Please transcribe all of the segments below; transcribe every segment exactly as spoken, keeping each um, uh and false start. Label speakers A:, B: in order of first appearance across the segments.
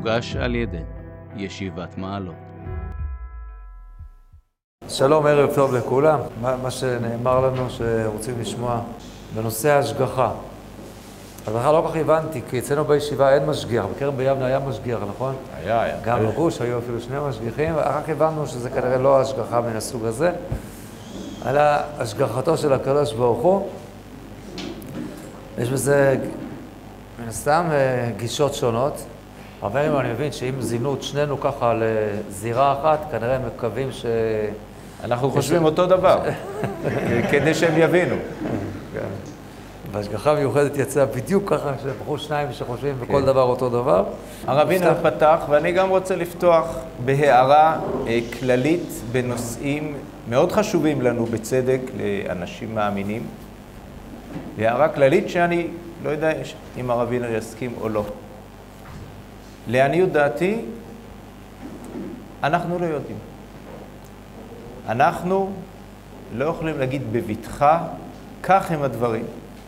A: מוגש על ידי ישיבת מעלות.
B: שלום, ערב טוב לכולם. מה, מה שנאמר לנו שרוצים לשמוע בנושא ההשגחה. אז בכלל לא כך הבנתי, כי אצלנו בישיבה אין משגיח. בקרב ביבנה היה משגיח, נכון?
C: היה, היה.
B: גם בגוש היו אפילו שני משגיחים, רק הבנו שזה כנראה לא השגחה מן הסוג הזה, אלא השגחתו של הקדוש ברוך הוא. יש בזה, מן הסתם, גישות שונות. הרבה פעמים אני מבין שאם זינו את שנינו ככה לזירה אחת, כנראה הם מקווים ש...
C: אנחנו חושבים אותו דבר, כדי שהם יבינו.
B: והשגחה מיוחדת יצאה בדיוק ככה, שבחרו שניים שחושבים בכל דבר אותו דבר.
C: הרבינו פתח, ואני גם רוצה לפתוח בהערה כללית בנושאים מאוד חשובים לנו בצדק, לאנשים מאמינים. בהערה כללית שאני לא יודע אם הרבינו יסכים או לא. לעניות דעתי, אנחנו לא יודעים. אנחנו לא יכולים להגיד בבטחה, כך הם הדברים.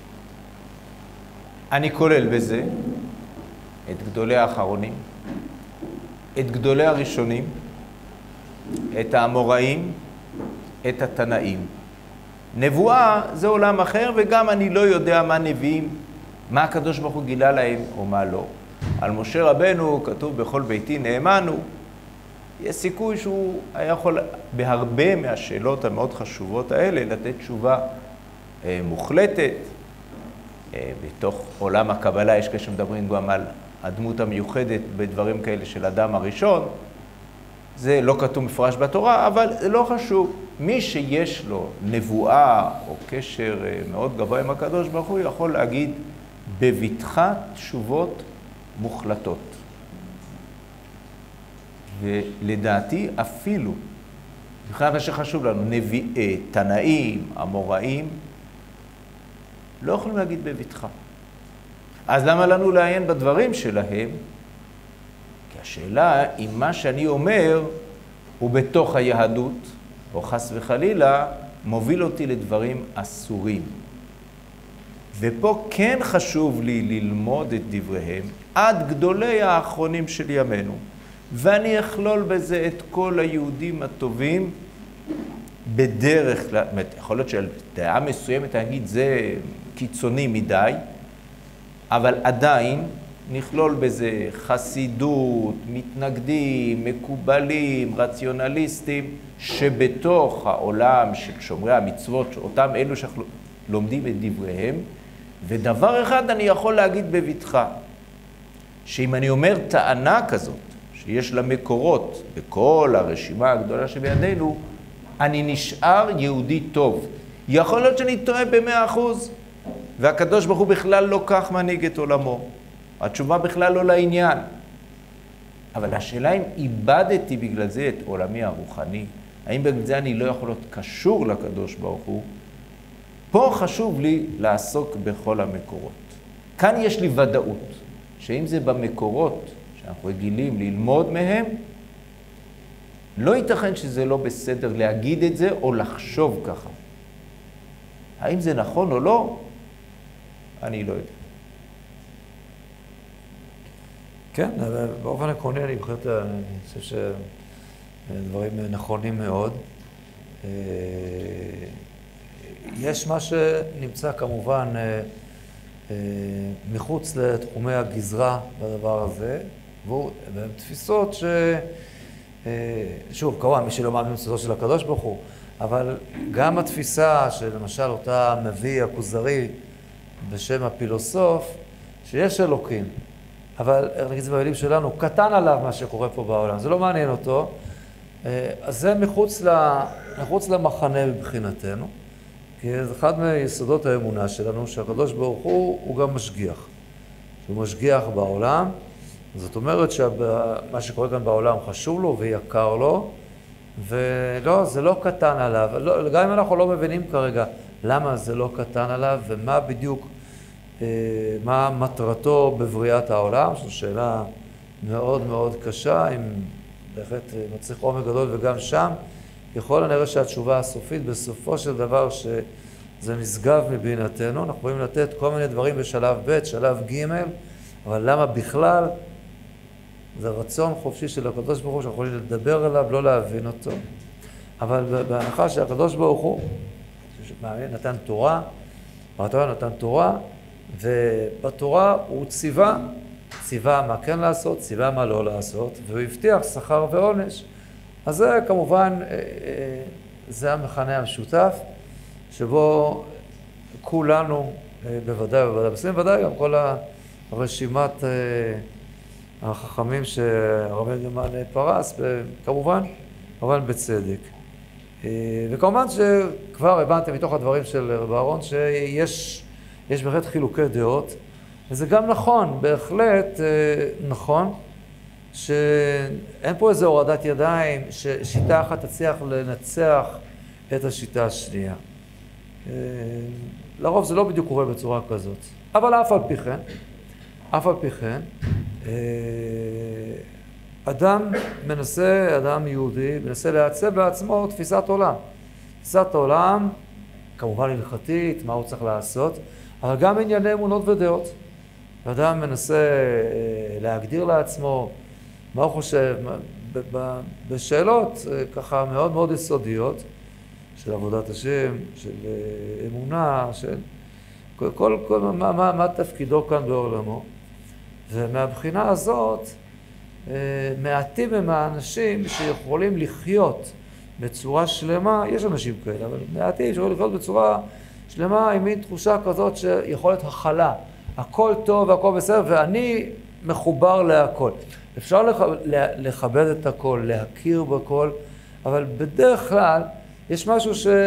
C: אני כולל בזה את גדולי האחרונים, את גדולי הראשונים, את האמוראים, את התנאים. נבואה זה עולם אחר, וגם אני לא יודע מה נביאים, מה הקדוש ברוך הוא גילה להם או מה לא. על משה רבנו כתוב בכל ביתי נאמנו. יש סיכוי שהוא היה יכול בהרבה מהשאלות המאוד חשובות האלה לתת תשובה אה, מוחלטת. אה, בתוך עולם הקבלה יש כשמדברים גם על הדמות המיוחדת בדברים כאלה של אדם הראשון. זה לא כתוב מפורש בתורה, אבל זה לא חשוב. מי שיש לו נבואה או קשר אה, מאוד גבוה עם הקדוש ברוך הוא יכול להגיד בבטחה תשובות מוחלטות. ולדעתי אפילו, בכלל מה שחשוב לנו, נביאי, תנאים, אמוראים, לא יכולים להגיד בבטחה. אז למה לנו לעיין בדברים שלהם? כי השאלה אם מה שאני אומר הוא בתוך היהדות, או חס וחלילה, מוביל אותי לדברים אסורים. ופה כן חשוב לי ללמוד את דבריהם עד גדולי האחרונים של ימינו. ואני אכלול בזה את כל היהודים הטובים בדרך כלל. יכול להיות שעל דעה מסוימת אני אגיד זה קיצוני מדי, אבל עדיין נכלול בזה חסידות, מתנגדים, מקובלים, רציונליסטים, שבתוך העולם של שומרי המצוות, אותם אלו שאנחנו לומדים את דבריהם, ודבר אחד אני יכול להגיד בבטחה, שאם אני אומר טענה כזאת, שיש לה מקורות בכל הרשימה הגדולה שבידינו, אני נשאר יהודי טוב. יכול להיות שאני טועה במאה אחוז, והקדוש ברוך הוא בכלל לא כך מנהיג את עולמו. התשובה בכלל לא לעניין. אבל השאלה אם איבדתי בגלל זה את עולמי הרוחני, האם בגלל זה אני לא יכול להיות קשור לקדוש ברוך הוא, פה חשוב לי לעסוק בכל המקורות. כאן יש לי ודאות, שאם זה במקורות שאנחנו רגילים ללמוד מהם, לא ייתכן שזה לא בסדר להגיד את זה או לחשוב ככה. האם זה נכון או לא? אני לא יודע.
B: כן, באופן עקרוני אני בהחלט, אני חושב שדברים נכונים מאוד. יש מה שנמצא כמובן מחוץ לתחומי הגזרה בדבר הזה, והוא תפיסות ש... שוב, כמובן, מי שלא מאמין בצדו של הקדוש ברוך הוא, אבל גם התפיסה של למשל אותה מביא הכוזרי בשם הפילוסוף, שיש אלוקים, אבל נגיד זה במילים שלנו, קטן עליו מה שקורה פה בעולם, זה לא מעניין אותו, אז זה מחוץ, ל... מחוץ למחנה מבחינתנו, כי זה אחד מיסודות האמונה שלנו, שהקדוש ברוך הוא הוא גם משגיח. שהוא משגיח בעולם, זאת אומרת שמה שקורה כאן בעולם חשוב לו ויקר לו, ולא, זה לא קטן עליו. לא, גם אם אנחנו לא מבינים כרגע למה זה לא קטן עליו, ומה בדיוק, מה מטרתו בבריאת העולם, זו שאלה מאוד מאוד קשה, אם בהחלט מצריך עומק גדול, וגם שם יכול לנראה שהתשובה הסופית בסופו של דבר שזה נשגב מבינתנו. אנחנו יכולים לתת כל מיני דברים בשלב ב', שלב ג', אבל למה בכלל זה רצון חופשי של הקדוש ברוך הוא, שאנחנו יכולים לדבר עליו, לא להבין אותו. אבל בהנחה שהקדוש ברוך הוא, נתן תורה, התורה נתן תורה, ובתורה הוא ציווה, ציווה מה כן לעשות, ציווה מה לא לעשות, והוא הבטיח שכר ועונש. אז זה כמובן, זה המכנה המשותף, שבו כולנו, בוודאי ובוודאי, בסמים ודאי גם כל הרשימת החכמים שהרבי גמליאל פרס, כמובן, כמובן בצדק. וכמובן שכבר הבנתם מתוך הדברים של רב אהרון שיש יש בהחלט חילוקי דעות, וזה גם נכון, בהחלט נכון, שאין פה איזו הורדת ידיים, ששיטה אחת תצליח לנצח את השיטה השנייה. לרוב זה לא בדיוק קורה בצורה כזאת, אבל אף על פי כן, אף על פי כן, אדם מנסה, אדם יהודי, מנסה לעצב בעצמו תפיסת עולם. תפיסת עולם, כמובן הלכתית, מה הוא צריך לעשות, אבל גם ענייני אמונות ודעות. אדם מנסה להגדיר לעצמו מה הוא חושב, בשאלות ככה מאוד מאוד יסודיות, של עבודת השם, של אמונה, של כל, כל, כל מה, מה, מה תפקידו כאן בעולמו. ומהבחינה הזאת, מעטים הם האנשים שיכולים לחיות בצורה שלמה, יש אנשים כאלה, אבל מעטים שיכולים לחיות בצורה שלמה עם מין תחושה כזאת שיכולת הכלה. הכל טוב והכל בסדר, ואני מחובר להכל. אפשר לכבד את הכל, להכיר בכל, אבל בדרך כלל יש משהו ש...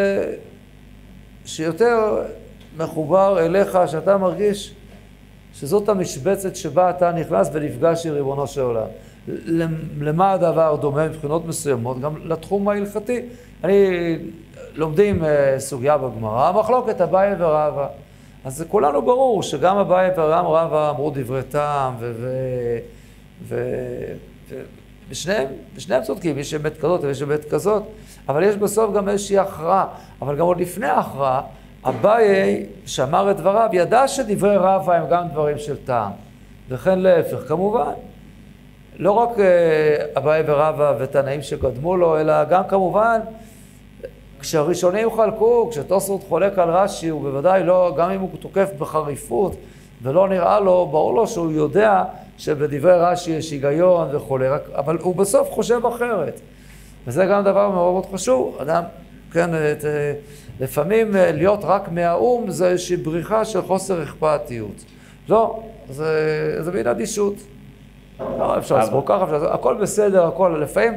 B: שיותר מחובר אליך, שאתה מרגיש שזאת המשבצת שבה אתה נכנס ונפגש עם ריבונו של עולם. למה הדבר דומה מבחינות מסוימות? גם לתחום ההלכתי. אני לומדים סוגיה בגמרא, המחלוקת אביי ורבא. אז כולנו ברור שגם אביי ורבא אמרו דברי טעם, ו... ו... ו... ו... ושניהם, ושניהם צודקים, יש אמת כזאת ויש אמת כזאת, אבל יש בסוף גם איזושהי הכרעה. אבל גם עוד לפני ההכרעה, אביי שאמר את דבריו, ידע שדברי רבא הם גם דברים של טעם. וכן להפך, כמובן. לא רק אביי ורבא ותנאים שקדמו לו, אלא גם כמובן, כשהראשונים חלקו, כשתוספות חולק על רש"י, הוא בוודאי לא, גם אם הוא תוקף בחריפות, ולא נראה לו, ברור לו שהוא יודע שבדברי רש"י יש היגיון וכו', אבל הוא בסוף חושב אחרת. וזה גם דבר מאוד מאוד חשוב. אדם, כן, את, לפעמים להיות רק מהאום זה איזושהי בריחה של חוסר אכפתיות. לא, זה, זה בין אדישות. לא, אפשר לסבור ככה, אפשר, הכל בסדר, הכל, לפעמים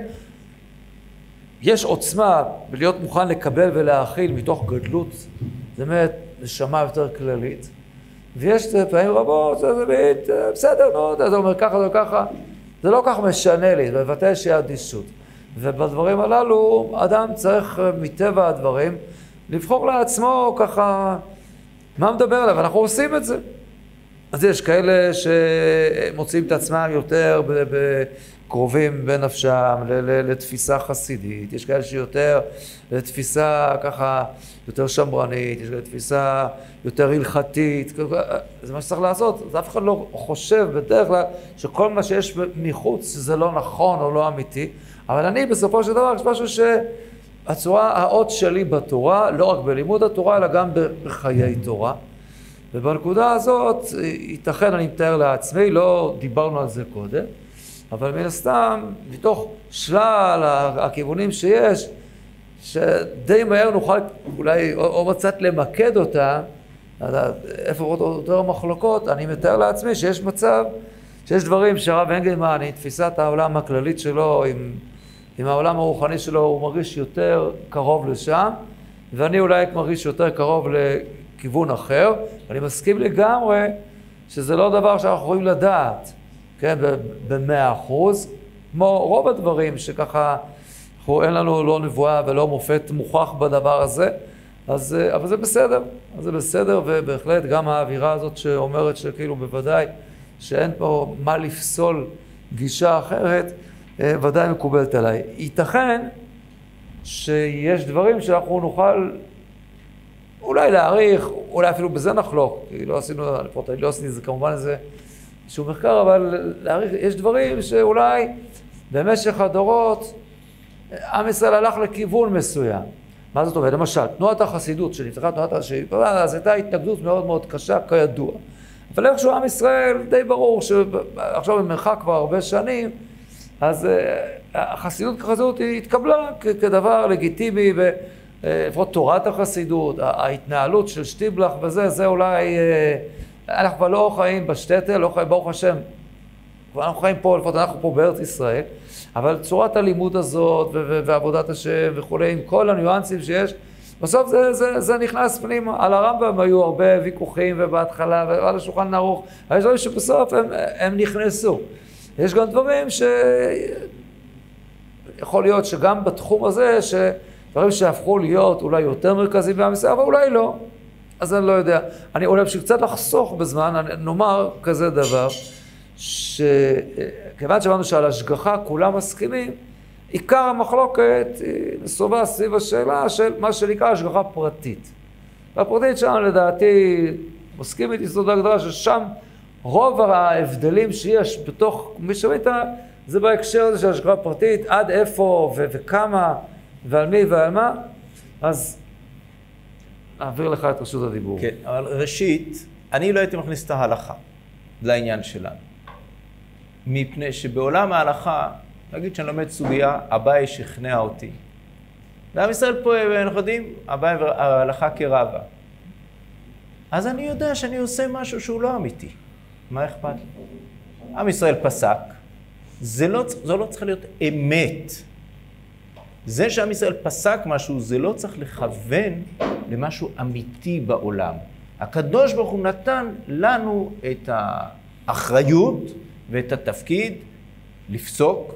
B: יש עוצמה בלהיות מוכן לקבל ולהכיל מתוך גדלות, זה באמת נשמה יותר כללית. ויש פעמים רבות, זה באמת, בסדר, נו, זה אומר ככה, זה ככה, זה לא כך משנה לי, זה מבטא איזושהי אדישות. ובדברים הללו, אדם צריך מטבע הדברים לבחור לעצמו ככה, מה מדבר עליו, אנחנו עושים את זה. אז יש כאלה שמוצאים את עצמם יותר קרובים בנפשם לתפיסה חסידית, יש כאלה שיותר לתפיסה ככה יותר שמרנית, יש כאלה לתפיסה יותר הלכתית, זה מה שצריך לעשות. אז אף אחד לא חושב בדרך כלל שכל מה שיש מחוץ זה לא נכון או לא אמיתי, אבל אני בסופו של דבר יש משהו שהצורה, האות שלי בתורה, לא רק בלימוד התורה אלא גם בחיי תורה. ובנקודה הזאת ייתכן, אני מתאר לעצמי, לא דיברנו על זה קודם, אבל מן הסתם, מתוך שלל הכיוונים שיש, שדי מהר נוכל אולי או קצת למקד אותה, איפה עוד יותר מחלוקות, אני מתאר לעצמי שיש מצב, שיש דברים שהרב אנגלמן, עם תפיסת העולם הכללית שלו, עם, עם העולם הרוחני שלו, הוא מרגיש יותר קרוב לשם, ואני אולי מרגיש יותר קרוב לכיוון אחר, ואני מסכים לגמרי שזה לא דבר שאנחנו יכולים לדעת, כן, במאה אחוז, כמו רוב הדברים שככה, אנחנו, אין לנו לא נבואה ולא מופת מוכח בדבר הזה, אז, אבל זה בסדר, אז זה בסדר, ובהחלט גם האווירה הזאת שאומרת שכאילו בוודאי שאין פה מה לפסול גישה אחרת, ודאי מקובלת עליי. ייתכן שיש דברים שאנחנו נוכל אולי להעריך, אולי אפילו בזה נחלוק, כי לא עשינו, לפחות אני לא עשיתי, זה כמובן איזה שהוא מחקר, אבל להעריך, יש דברים שאולי במשך הדורות עם ישראל הלך לכיוון מסוים. מה זאת אומרת? למשל, תנועת החסידות שנפתחה תנועת החסידות, אז הייתה התנגדות מאוד מאוד קשה, כידוע. אבל איכשהו עם ישראל די ברור שעכשיו במרחק כבר הרבה שנים, אז החסידות כחסידות היא התקבלה כדבר לגיטימי, לפחות תורת החסידות, ההתנהלות של שטיבלח וזה, זה אולי, אנחנו כבר לא חיים בשטטל, לא חיים, ברוך השם, אנחנו חיים פה, לפחות אנחנו פה בארץ ישראל, אבל צורת הלימוד הזאת ועבודת השם וכולי, עם כל הניואנסים שיש, בסוף זה, זה, זה נכנס פנימה. על הרמב"ם היו הרבה ויכוחים ובהתחלה ועל השולחן ערוך, אבל יש דברים שבסוף הם, הם נכנסו. יש גם דברים שיכול להיות שגם בתחום הזה, שדברים שהפכו להיות אולי יותר מרכזיים בעם ישראל, אבל אולי לא. אז אני לא יודע. אני אולי בשביל קצת לחסוך בזמן, אני נאמר כזה דבר, שכיוון שאמרנו שעל השגחה כולם מסכימים, עיקר המחלוקת נסובה סביב השאלה של מה שנקרא השגחה פרטית. והפרטית שם לדעתי מסכים איתי זאת ההגדרה ששם רוב ההבדלים שיש בתוך מי שמיתה זה בהקשר הזה של השגחה פרטית, עד איפה ו- וכמה ועל מי ועל מה, אז אעביר לך את רשות הדיבור.
C: כן, אבל ראשית, אני לא הייתי מכניס את ההלכה לעניין שלנו. מפני שבעולם ההלכה, נגיד שאני לומד סוגיה, אביי שכנע אותי. ועם ישראל פה, אנחנו יודעים, אביי וההלכה כרבה. אז אני יודע שאני עושה משהו שהוא לא אמיתי. מה אכפת לי? עם ישראל פסק. זה לא, זה לא צריך להיות אמת. זה שעם ישראל פסק משהו, זה לא צריך לכוון למשהו אמיתי בעולם. הקדוש ברוך הוא נתן לנו את האחריות ואת התפקיד לפסוק,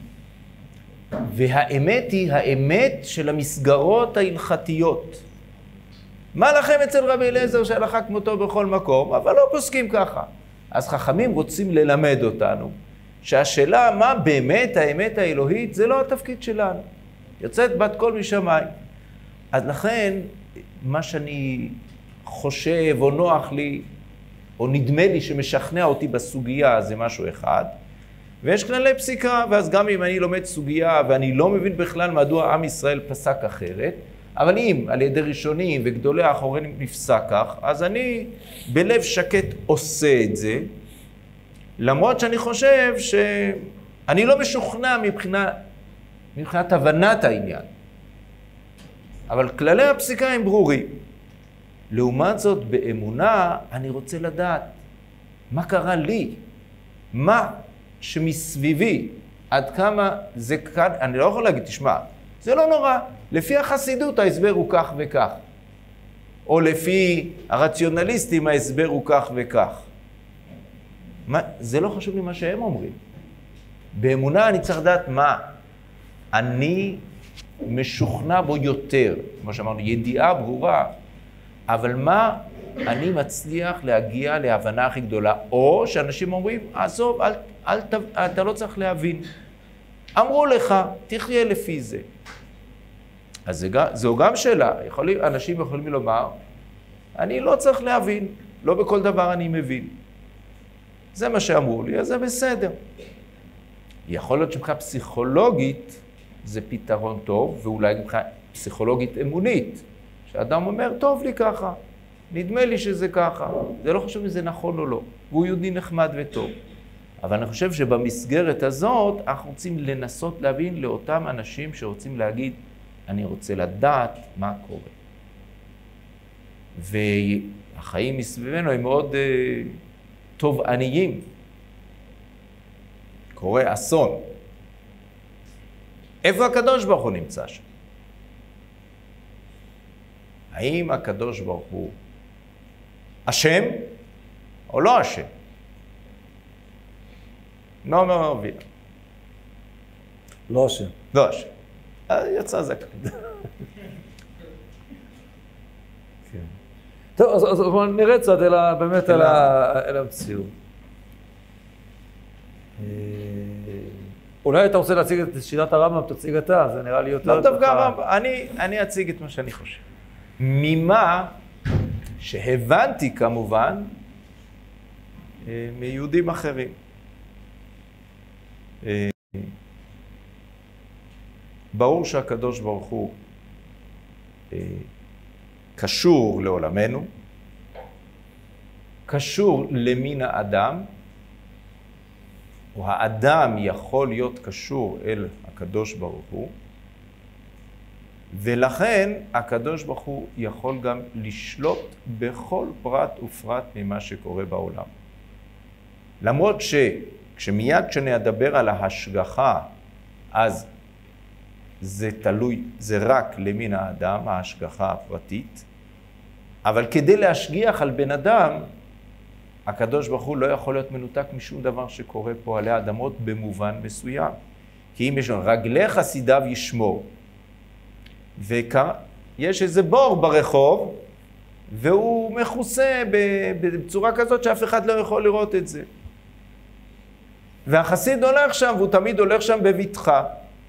C: והאמת היא האמת של המסגרות ההלכתיות. מה לכם אצל רבי אליעזר שהלכה כמותו בכל מקום, אבל לא פוסקים ככה. אז חכמים רוצים ללמד אותנו שהשאלה מה באמת האמת האלוהית זה לא התפקיד שלנו. יוצאת בת קול משמיים. אז לכן מה שאני חושב או נוח לי או נדמה לי שמשכנע אותי בסוגיה זה משהו אחד, ויש כללי פסיקה, ואז גם אם אני לומד סוגיה ואני לא מבין בכלל מדוע עם ישראל פסק אחרת, אבל אם על ידי ראשונים וגדולי האחרונים נפסק כך, אז אני בלב שקט עושה את זה, למרות שאני חושב שאני לא משוכנע מבחינה, מבחינת הבנת העניין. אבל כללי הפסיקה הם ברורים. לעומת זאת, באמונה אני רוצה לדעת מה קרה לי, מה שמסביבי, עד כמה זה כאן, אני לא יכול להגיד, תשמע, זה לא נורא, לפי החסידות ההסבר הוא כך וכך, או לפי הרציונליסטים ההסבר הוא כך וכך. מה, זה לא חשוב לי מה שהם אומרים. באמונה אני צריך לדעת מה אני משוכנע בו יותר, כמו שאמרנו, ידיעה ברורה, אבל מה אני מצליח להגיע להבנה הכי גדולה, או שאנשים אומרים, עזוב, אל, אל, אל, אתה לא צריך להבין. אמרו לך, תחיה לפי זה. אז זה, זו גם שאלה. יכולים, אנשים יכולים לומר, אני לא צריך להבין, לא בכל דבר אני מבין. זה מה שאמרו לי, אז זה בסדר. יכול להיות שמבחינה פסיכולוגית זה פתרון טוב, ואולי מבחינה פסיכולוגית אמונית, שאדם אומר, טוב לי ככה, נדמה לי שזה ככה, זה לא חשוב אם זה נכון או לא, והוא יהודי נחמד וטוב. אבל אני חושב שבמסגרת הזאת אנחנו רוצים לנסות להבין לאותם אנשים שרוצים להגיד, אני רוצה לדעת מה קורה. והחיים מסביבנו הם מאוד uh, תובעניים. קורה אסון. איפה הקדוש ברוך הוא נמצא שם? האם הקדוש ברוך הוא אשם או לא אשם? לא אומר רבי.
B: לא אשם.
C: לא אשם. יצא זקן.
B: טוב, אז, אז נראה קצת אלא באמת אל, אל המציאות. אולי אתה רוצה להציג את שיטת הרמב"ם, תציג אתה, זה נראה לי יותר...
C: לא טוב, גם אני, אני אציג את מה שאני חושב. ממה שהבנתי כמובן, מיהודים אחרים. ברור שהקדוש ברוך הוא קשור לעולמנו, קשור למין האדם, או האדם יכול להיות קשור אל הקדוש ברוך הוא, ולכן הקדוש ברוך הוא יכול גם לשלוט בכל פרט ופרט ממה שקורה בעולם. למרות שכשמיד כשנדבר על ההשגחה, אז זה תלוי, זה רק למין האדם, ההשגחה הפרטית, אבל כדי להשגיח על בן אדם, הקדוש ברוך הוא לא יכול להיות מנותק משום דבר שקורה פה עלי האדמות במובן מסוים. כי אם יש לנו רגלי חסידיו ישמור, ויש איזה בור ברחוב, והוא מכוסה בצורה כזאת שאף אחד לא יכול לראות את זה. והחסיד הולך שם, והוא תמיד הולך שם בבטחה.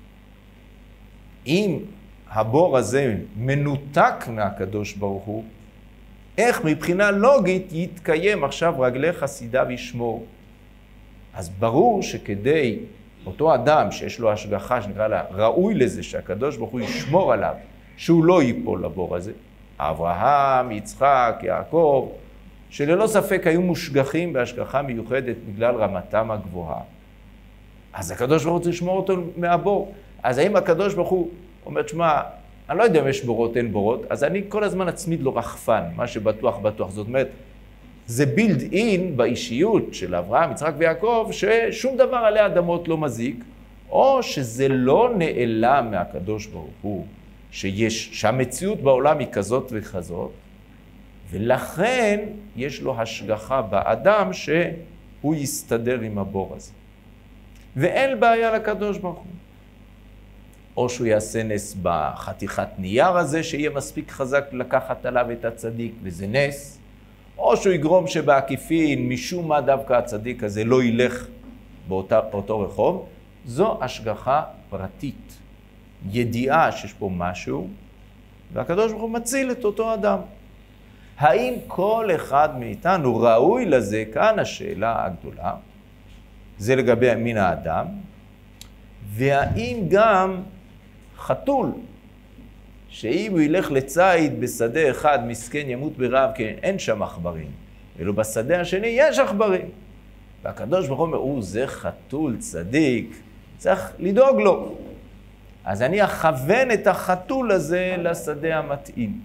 C: אם הבור הזה מנותק מהקדוש ברוך הוא, איך מבחינה לוגית יתקיים עכשיו רגלי חסידיו ישמור? אז ברור שכדי אותו אדם שיש לו השגחה שנקרא לה, ראוי לזה שהקדוש ברוך הוא ישמור עליו, שהוא לא ייפול לבור הזה. אברהם, יצחק, יעקב, שללא ספק היו מושגחים בהשגחה מיוחדת בגלל רמתם הגבוהה. אז הקדוש ברוך הוא צריך לשמור אותו מהבור. אז האם הקדוש ברוך הוא אומר, שמה, אני לא יודע אם יש בורות, אין בורות, אז אני כל הזמן אצמיד לו רחפן, מה שבטוח בטוח. זאת אומרת, זה בילד אין באישיות של אברהם, יצחק ויעקב, ששום דבר עלי אדמות לא מזיק, או שזה לא נעלם מהקדוש ברוך הוא, שיש, שהמציאות בעולם היא כזאת וכזאת, ולכן יש לו השגחה באדם שהוא יסתדר עם הבור הזה. ואין בעיה לקדוש ברוך הוא. או שהוא יעשה נס בחתיכת נייר הזה, שיהיה מספיק חזק לקחת עליו את הצדיק, וזה נס. או שהוא יגרום שבעקיפין, משום מה דווקא הצדיק הזה לא ילך באותה, באותו רחוב. זו השגחה פרטית. ידיעה שיש פה משהו, והקדוש ברוך הוא מציל את אותו אדם. האם כל אחד מאיתנו ראוי לזה? כאן השאלה הגדולה. זה לגבי מין האדם. והאם גם חתול, שאם הוא ילך לצייד בשדה אחד, מסכן ימות ברעב, כי אין שם עכברים, ואילו בשדה השני יש עכברים. והקדוש ברוך הוא אומר, הוא זה חתול צדיק, צריך לדאוג לו. אז אני אכוון את החתול הזה לשדה המתאים.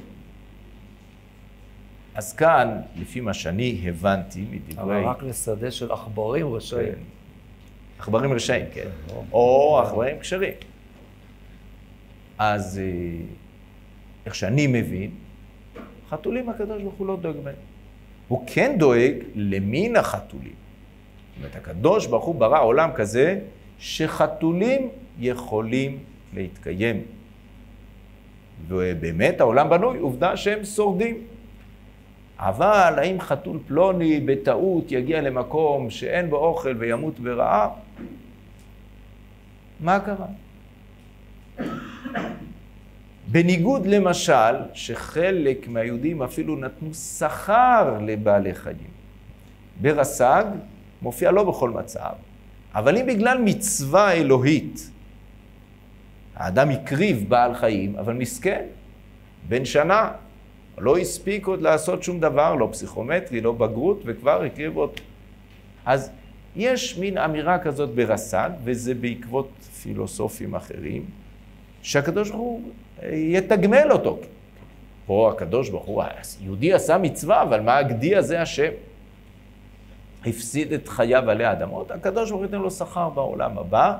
C: אז כאן, לפי מה שאני הבנתי מדברי...
B: אבל רק לשדה של עכברים רשעים.
C: כן. עכברים רשעים, כן. או עכברים כשרים. אז איך שאני מבין, חתולים הקדוש ברוך הוא לא דואג בהם. הוא כן דואג למין החתולים. זאת אומרת, הקדוש ברוך הוא ברא עולם כזה, שחתולים יכולים להתקיים. ובאמת העולם בנוי, עובדה שהם שורדים. אבל האם חתול פלוני בטעות יגיע למקום שאין בו אוכל וימות ברעב? מה קרה? בניגוד למשל, שחלק מהיהודים אפילו נתנו שכר לבעלי חיים. ברס"ג מופיע לא בכל מצב, אבל אם בגלל מצווה אלוהית, האדם הקריב בעל חיים, אבל מסכן, בן שנה, לא הספיק עוד לעשות שום דבר, לא פסיכומטרי, לא בגרות, וכבר הקריב עוד. אז יש מין אמירה כזאת ברס"ג, וזה בעקבות פילוסופים אחרים, שהקדוש ברוך הוא יתגמל אותו. פה הקדוש ברוך הוא, היהודי עשה מצווה, אבל מה הגדי הזה השם? הפסיד את חייו עלי האדמות, הקדוש ברוך הוא ייתן לו שכר בעולם הבא.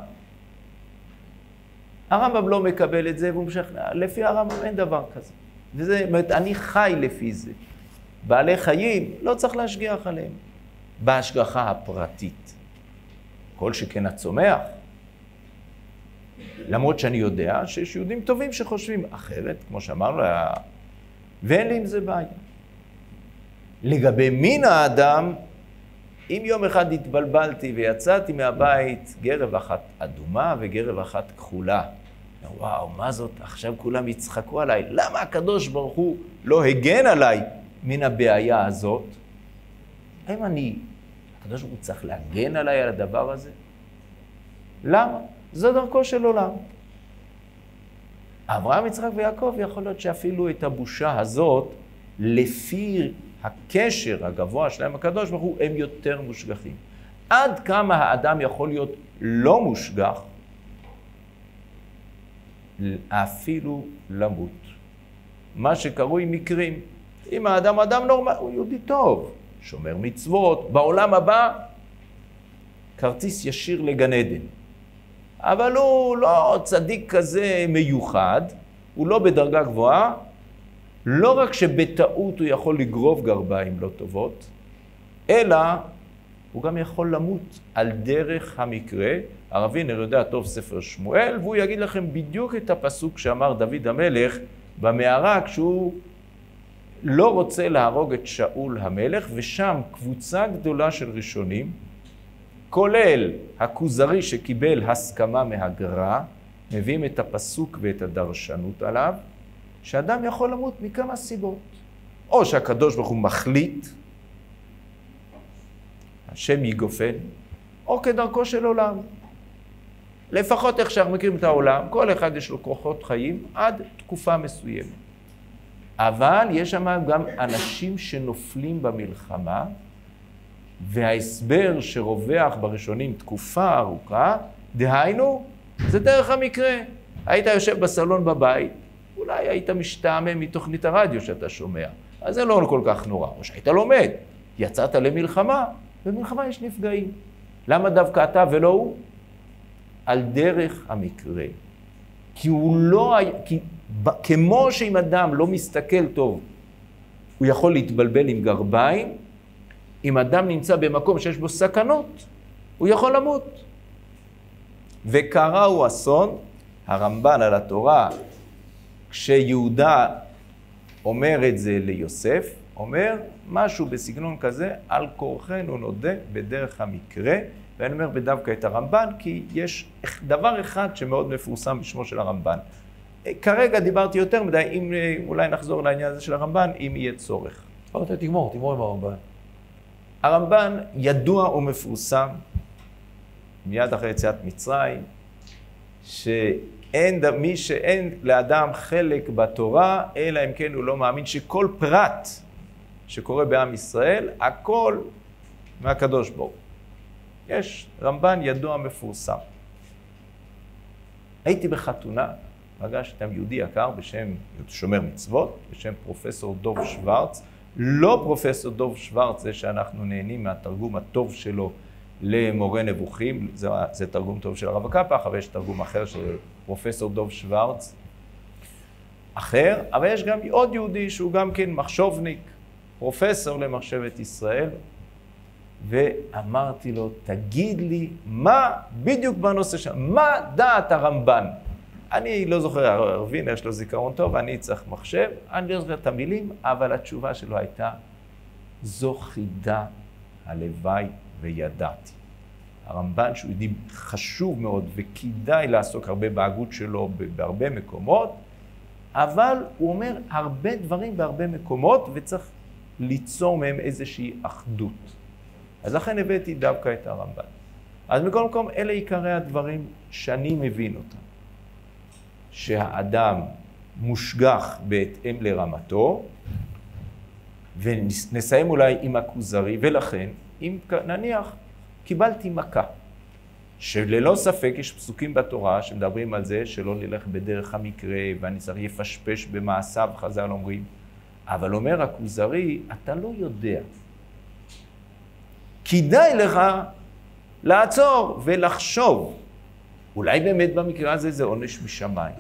C: הרמב"ם לא מקבל את זה, והוא משכנע, לפי הרמב"ם אין דבר כזה. וזה, זאת אומרת, אני חי לפי זה. בעלי חיים לא צריך להשגיח עליהם. בהשגחה הפרטית. כל שכן הצומח. למרות שאני יודע שיש יהודים טובים שחושבים אחרת, כמו שאמרנו, ואין לי עם זה בעיה. לגבי מין האדם, אם יום אחד התבלבלתי ויצאתי מהבית, גרב אחת אדומה וגרב אחת כחולה. וואו, מה זאת? עכשיו כולם יצחקו עליי. למה הקדוש ברוך הוא לא הגן עליי מן הבעיה הזאת? האם אני הקדוש ברוך הוא צריך להגן עליי על הדבר הזה? למה? זו דרכו של עולם. אברהם, יצחק ויעקב יכול להיות שאפילו את הבושה הזאת, לפי הקשר הגבוה שלהם הקדוש ברוך הוא, הם יותר מושגחים. עד כמה האדם יכול להיות לא מושגח, אפילו למות. מה שקרוי מקרים. אם האדם אדם נורמלי, הוא יהודי טוב, שומר מצוות, בעולם הבא, כרטיס ישיר לגן עדן. אבל הוא לא צדיק כזה מיוחד, הוא לא בדרגה גבוהה, לא רק שבטעות הוא יכול לגרוב גרביים לא טובות, אלא הוא גם יכול למות על דרך המקרה. הרב וינר יודע טוב ספר שמואל, והוא יגיד לכם בדיוק את הפסוק שאמר דוד המלך במערה, כשהוא לא רוצה להרוג את שאול המלך, ושם קבוצה גדולה של ראשונים, כולל הכוזרי שקיבל הסכמה מהגר"א, מביאים את הפסוק ואת הדרשנות עליו, שאדם יכול למות מכמה סיבות. או שהקדוש ברוך הוא מחליט, השם יגופן, או כדרכו של עולם. לפחות איך שאנחנו מכירים את העולם, כל אחד יש לו כוחות חיים עד תקופה מסוימת. אבל יש שם גם אנשים שנופלים במלחמה, וההסבר שרווח בראשונים תקופה ארוכה, דהיינו, זה דרך המקרה. היית יושב בסלון בבית, אולי היית משתעמם מתוכנית הרדיו שאתה שומע, אז זה לא כל כך נורא. או שהיית לומד, יצאת למלחמה, במלחמה יש נפגעים. למה דווקא אתה ולא הוא? על דרך המקרה. כי הוא לא, כי כמו שאם אדם לא מסתכל טוב, הוא יכול להתבלבל עם גרביים, אם אדם נמצא במקום שיש בו סכנות, הוא יכול למות. וקרה הוא אסון, הרמב"ן על התורה, כשיהודה אומר את זה ליוסף, אומר משהו בסגנון כזה, על כורחנו נודה בדרך המקרה, ואני אומר בדווקא את הרמב"ן, כי יש דבר אחד שמאוד מפורסם בשמו של הרמב"ן. כרגע דיברתי יותר מדי, אם אולי נחזור לעניין הזה של הרמב"ן, אם יהיה צורך.
B: תגמור, תגמור עם הרמב"ן.
C: הרמב"ן ידוע ומפורסם, מיד אחרי יציאת מצרים, שאין, מי שאין לאדם חלק בתורה, אלא אם כן הוא לא מאמין שכל פרט שקורה בעם ישראל, הכל מהקדוש ברוך הוא. יש רמב"ן ידוע מפורסם. הייתי בחתונה, פגשתי עם יהודי יקר בשם שומר מצוות, בשם פרופסור דוב שוורץ. לא פרופסור דוב שוורץ, זה שאנחנו נהנים מהתרגום הטוב שלו למורה נבוכים, זה, זה תרגום טוב של הרב הקפח, אבל יש תרגום אחר של פרופסור דוב שוורץ אחר, אבל יש גם עוד יהודי שהוא גם כן מחשובניק, פרופסור למחשבת ישראל, ואמרתי לו, תגיד לי, מה בדיוק בנושא שם, מה דעת הרמב"ן? אני לא זוכר, הרב וינר יש לו זיכרון טוב, אני צריך מחשב, אני לא זוכר את המילים, אבל התשובה שלו הייתה, זו חידה, הלוואי וידעתי. הרמב"ן שהוא יהודי חשוב מאוד וכדאי לעסוק הרבה בהגות שלו בהרבה מקומות, אבל הוא אומר הרבה דברים בהרבה מקומות וצריך ליצור מהם איזושהי אחדות. אז לכן הבאתי דווקא את הרמב"ן. אז מכל מקום אלה עיקרי הדברים שאני מבין אותם. שהאדם מושגח בהתאם לרמתו, ונסיים אולי עם הכוזרי, ולכן, אם נניח, קיבלתי מכה, שללא ספק יש פסוקים בתורה שמדברים על זה שלא נלך בדרך המקרה, ואני צריך יפשפש במעשיו, חז"ל אומרים, אבל אומר הכוזרי, אתה לא יודע. כדאי לך לעצור ולחשוב, אולי באמת במקרה הזה זה עונש משמיים.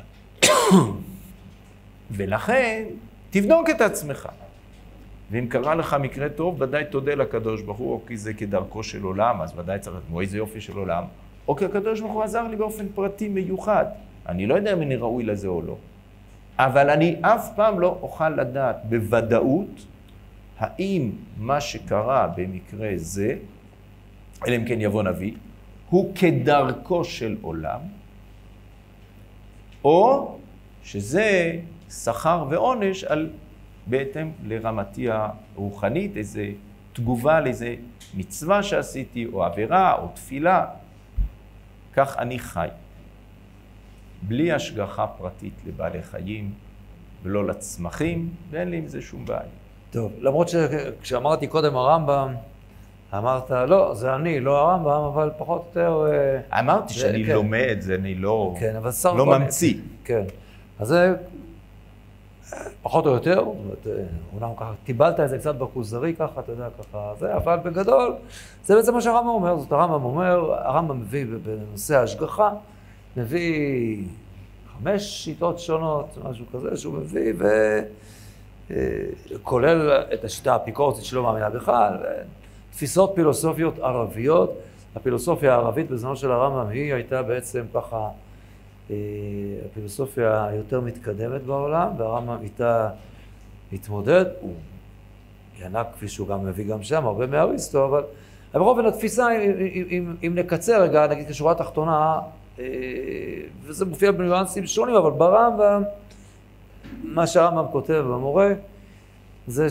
C: ולכן, תבדוק את עצמך. ואם קרה לך מקרה טוב, ודאי תודה לקדוש ברוך הוא, או כי זה כדרכו של עולם, אז ודאי צריך לתמור איזה יופי של עולם, או כי הקדוש ברוך הוא עזר לי באופן פרטי מיוחד. אני לא יודע אם אני ראוי לזה או לא. אבל אני אף פעם לא אוכל לדעת בוודאות, האם מה שקרה במקרה זה, אלא אם כן יבוא נביא, הוא כדרכו של עולם, או שזה שכר ועונש על בהתאם לרמתי הרוחנית, איזה תגובה לאיזה מצווה שעשיתי, או עבירה, או תפילה. כך אני חי. בלי השגחה פרטית לבעלי חיים, ולא לצמחים, ואין לי עם זה שום בעיה.
B: טוב, למרות שכשאמרתי קודם הרמב"ם, אמרת, לא, זה אני, לא הרמב"ם, אבל פחות או יותר...
C: אמרתי
B: זה,
C: שאני
B: כן.
C: לומד, זה אני לא,
B: כן, אבל סך
C: לא
B: הכל-
C: ממציא.
B: כן, אז זה פחות או יותר, זאת אומרת, אומנם ככה, קיבלת את זה קצת בכוזרי ככה, אתה יודע, ככה, זה, אבל בגדול, זה בעצם מה שהרמב"ם אומר, זאת הרמב"ם אומר, הרמב"ם מביא בנושא ההשגחה, מביא חמש שיטות שונות, משהו כזה שהוא מביא, וכולל את השיטה האפיקורסית שלא מאמינה בכלל, תפיסות פילוסופיות ערביות. הפילוסופיה הערבית בזמנו של הרמב"ם היא הייתה בעצם ככה הפילוסופיה היותר מתקדמת בעולם, והרמב"ם איתה התמודד, הוא ינק כפי שהוא גם מביא גם שם, הרבה מאריסטו, אבל ברובן התפיסה, אם, אם, אם נקצר רגע, נגיד כשורה התחתונה, וזה מופיע בניואנסים שונים, אבל ברמב"ם, מה שהרמב"ם כותב במורה, זה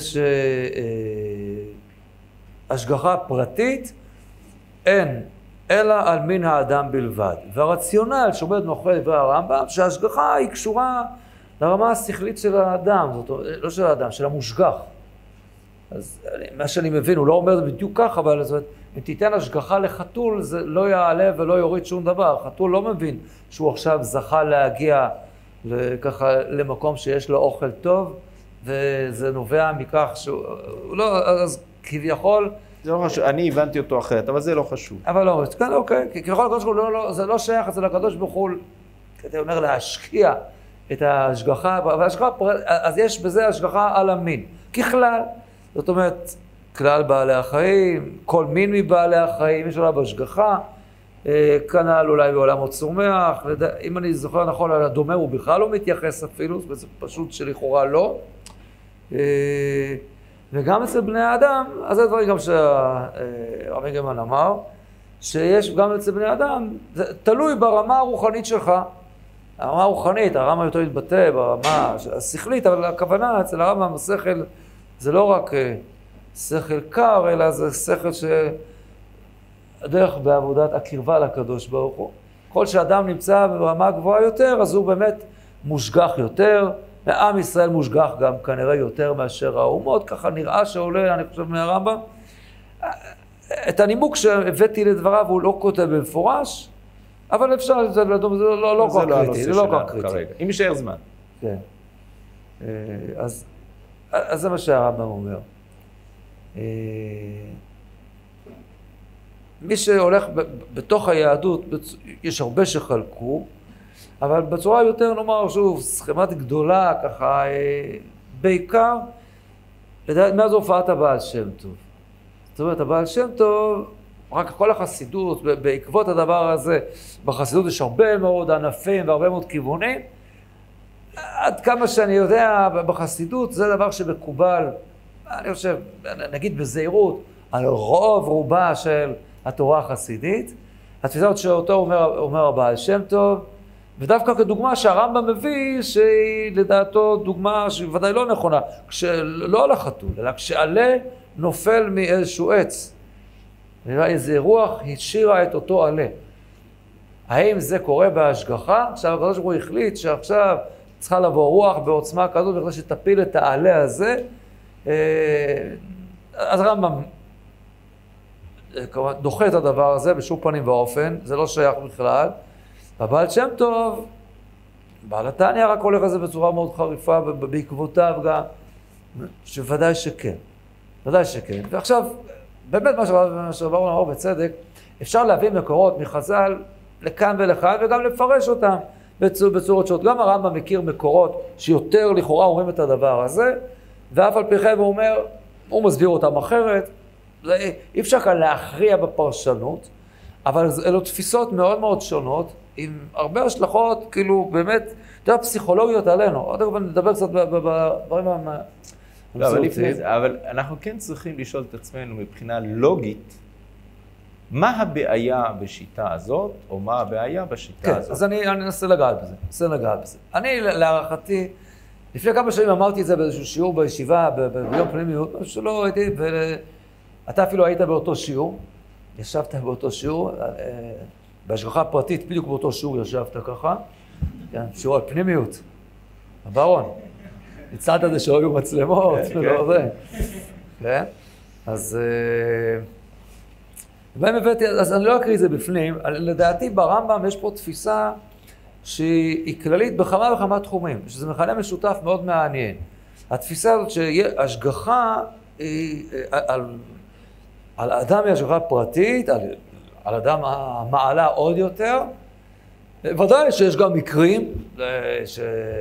B: שהשגחה פרטית אין אלא על מין האדם בלבד. והרציונל שעומד מאחורי דברי הרמב"ם, שההשגחה היא קשורה לרמה השכלית של האדם, זאת אומרת, לא של האדם, של המושגח. אז מה שאני מבין, הוא לא אומר זה בדיוק ככה, אבל זאת אומרת, אם תיתן השגחה לחתול, זה לא יעלה ולא יוריד שום דבר. חתול לא מבין שהוא עכשיו זכה להגיע ככה למקום שיש לו אוכל טוב, וזה נובע מכך שהוא לא, אז כביכול,
C: זה לא חשוב, אני הבנתי אותו אחרת, אבל זה לא חשוב.
B: אבל לא, כן, אוקיי, כי ככל הקדוש ברוך הוא, לא, לא, זה לא שייך אצל הקדוש ברוך הוא, אתה אומר להשקיע את ההשגחה, אבל ההשגחה, אז יש בזה השגחה על המין, ככלל, זאת אומרת, כלל בעלי החיים, כל מין מבעלי החיים, יש עליו השגחה, כנ"ל אולי בעולם עוד צומח, אם אני זוכר נכון, על הדומה הוא בכלל לא מתייחס אפילו, זה פשוט שלכאורה לא, וגם אצל בני האדם, אז זה דברים גם שהרבי גרמן אמר, שיש גם אצל בני האדם, זה תלוי ברמה הרוחנית שלך, הרמה הרוחנית, הרמה יותר מתבטא ברמה השכלית, אבל הכוונה אצל הרמב"ם, השכל זה לא רק שכל קר, אלא זה שכל שהדרך בעבודת הקרבה לקדוש ברוך הוא. כל שאדם נמצא ברמה גבוהה יותר, אז הוא באמת מושגח יותר, ועם ישראל מושגח גם כנראה יותר מאשר האומות, ככה נראה שעולה, אני חושב, מהרמב"ם. את הנימוק שהבאתי לדבריו הוא לא כותב במפורש, אבל אפשר, זה לא כל כך קריטי, זה לא כל כך קריטי.
C: אם יישאר זמן.
B: כן. אז, אז זה מה שהרמב"ם אומר. מי שהולך בתוך היהדות, יש הרבה שחלקו, אבל בצורה יותר, נאמר, שוב, סכמטית גדולה, ככה, בעיקר, מאז הופעת הבעל שם טוב. זאת אומרת, הבעל שם טוב, רק כל החסידות, בעקבות הדבר הזה, בחסידות יש הרבה מאוד ענפים והרבה מאוד כיוונים. עד כמה שאני יודע, בחסידות זה דבר שמקובל, אני חושב, נגיד בזהירות, על רוב רובה של התורה החסידית. התפיסה הזאת שאותו אומר, אומר הבעל שם טוב, ודווקא כדוגמה שהרמב"ם מביא, שהיא לדעתו דוגמה שהיא ודאי לא נכונה, לא על החתול, אלא כשעלה נופל מאיזשהו עץ. איזה רוח השאירה את אותו עלה. האם זה קורה בהשגחה? עכשיו הקדוש ברוך הוא החליט שעכשיו צריכה לבוא רוח בעוצמה כזאת, בכדי שתפיל את העלה הזה. אז הרמב"ם דוחה את הדבר הזה בשום פנים ואופן, זה לא שייך בכלל. הבעל שם טוב, בעל התניא רק הולך לזה בצורה מאוד חריפה, בעקבותיו גם, שוודאי שכן, ודאי שכן. ועכשיו, באמת מה שעברנו לאמור בצדק, אפשר להביא מקורות מחז"ל לכאן ולכאן, וגם לפרש אותם בצורות שונות. גם הרמב"ם מכיר מקורות שיותר לכאורה אומרים את הדבר הזה, ואף על פי כן הוא אומר, הוא מסביר אותם אחרת, אי אפשר כאן להכריע בפרשנות, אבל אלו תפיסות מאוד מאוד שונות, עם הרבה השלכות, כאילו, באמת, אתה יודע, פסיכולוגיות עלינו. עוד אגב, נדבר קצת בדברים המסורתיים.
C: לא, אבל לפני זה, אבל אנחנו כן צריכים לשאול את עצמנו מבחינה לוגית, מה הבעיה בשיטה הזאת, או מה הבעיה בשיטה
B: כן,
C: הזאת?
B: אז אני אנסה לגעת בזה, אנסה לגעת בזה. אני, להערכתי, לפני כמה שנים אמרתי את זה באיזשהו שיעור בישיבה, ביום פנימיות, משהו שלא הייתי, אתה אפילו היית באותו שיעור, ישבת באותו שיעור, בהשגחה פרטית, בדיוק באותו שיעור ישבת ככה, כן, שיעור על פנימיות, הברון, הצעת את זה שלא היו מצלמות, ולא זה, כן? אז... ובהם הבאתי, אז אני לא אקריא את זה בפנים, לדעתי ברמב"ם יש פה תפיסה שהיא כללית בכמה וכמה תחומים, שזה מכנה משותף מאוד מעניין. התפיסה הזאת שהשגחה היא, על, על אדם היא השגחה פרטית, על, על אדם המעלה עוד יותר, ודאי שיש גם מקרים, ש...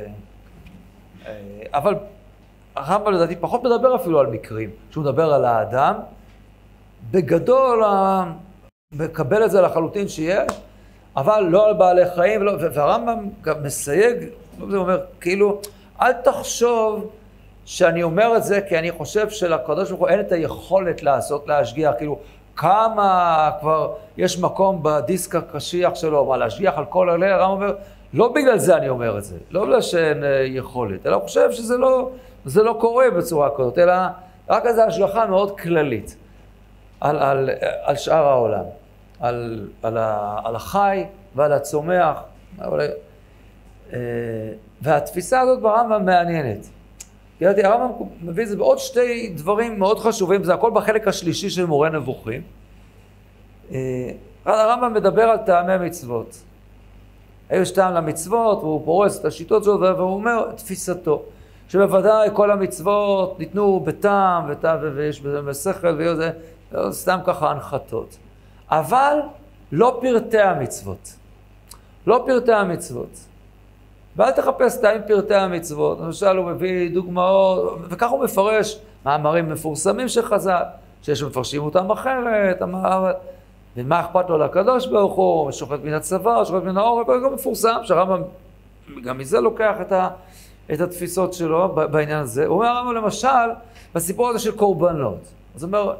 B: אבל הרמב"ם לדעתי פחות מדבר אפילו על מקרים, שהוא מדבר על האדם, בגדול מקבל את זה לחלוטין שיש, אבל לא על בעלי חיים, ולא, והרמב"ם גם מסייג, הוא אומר, כאילו, אל תחשוב שאני אומר את זה, כי אני חושב שלקדוש ברוך הוא אין את היכולת לעשות, להשגיח, כאילו, כמה כבר יש מקום בדיסק הקשיח שלו, מה להשגיח על כל אלה, הרמב"ם אומר, לא בגלל זה אני אומר את זה, לא בגלל שאין יכולת, אלא הוא חושב שזה לא, זה לא קורה בצורה כזאת, אלא רק איזו השגחה מאוד כללית. על, על, על שאר העולם, על, על, ה, על החי ועל הצומח, אבל, והתפיסה הזאת ברמב"ם מעניינת. כי הרמב"ם מביא את זה בעוד שתי דברים מאוד חשובים, זה הכל בחלק השלישי של מורה נבוכים. הרמב"ם מדבר על טעמי מצוות. יש טעם למצוות, והוא פורס את השיטות שלו, והוא אומר תפיסתו, שבוודאי כל המצוות ניתנו בטעם, וטעם ויש בשכל וזה, סתם ככה הנחתות. אבל לא פרטי המצוות. לא פרטי המצוות. ואל תחפש טעים פרטי המצוות. למשל הוא מביא דוגמאות, וכך הוא מפרש מאמרים מפורסמים שחז"ל, שיש מפרשים אותם אחרת, ומה אכפת לו לקדוש ברוך הוא, שוחט מן הצבא, שוחט מן העורף, וזה גם מפורסם, שהרמב"ם גם מזה לוקח את, ה, את התפיסות שלו בעניין הזה. הוא אומר הרמב"ם למשל, בסיפור הזה של קורבנות. אז הוא אומר,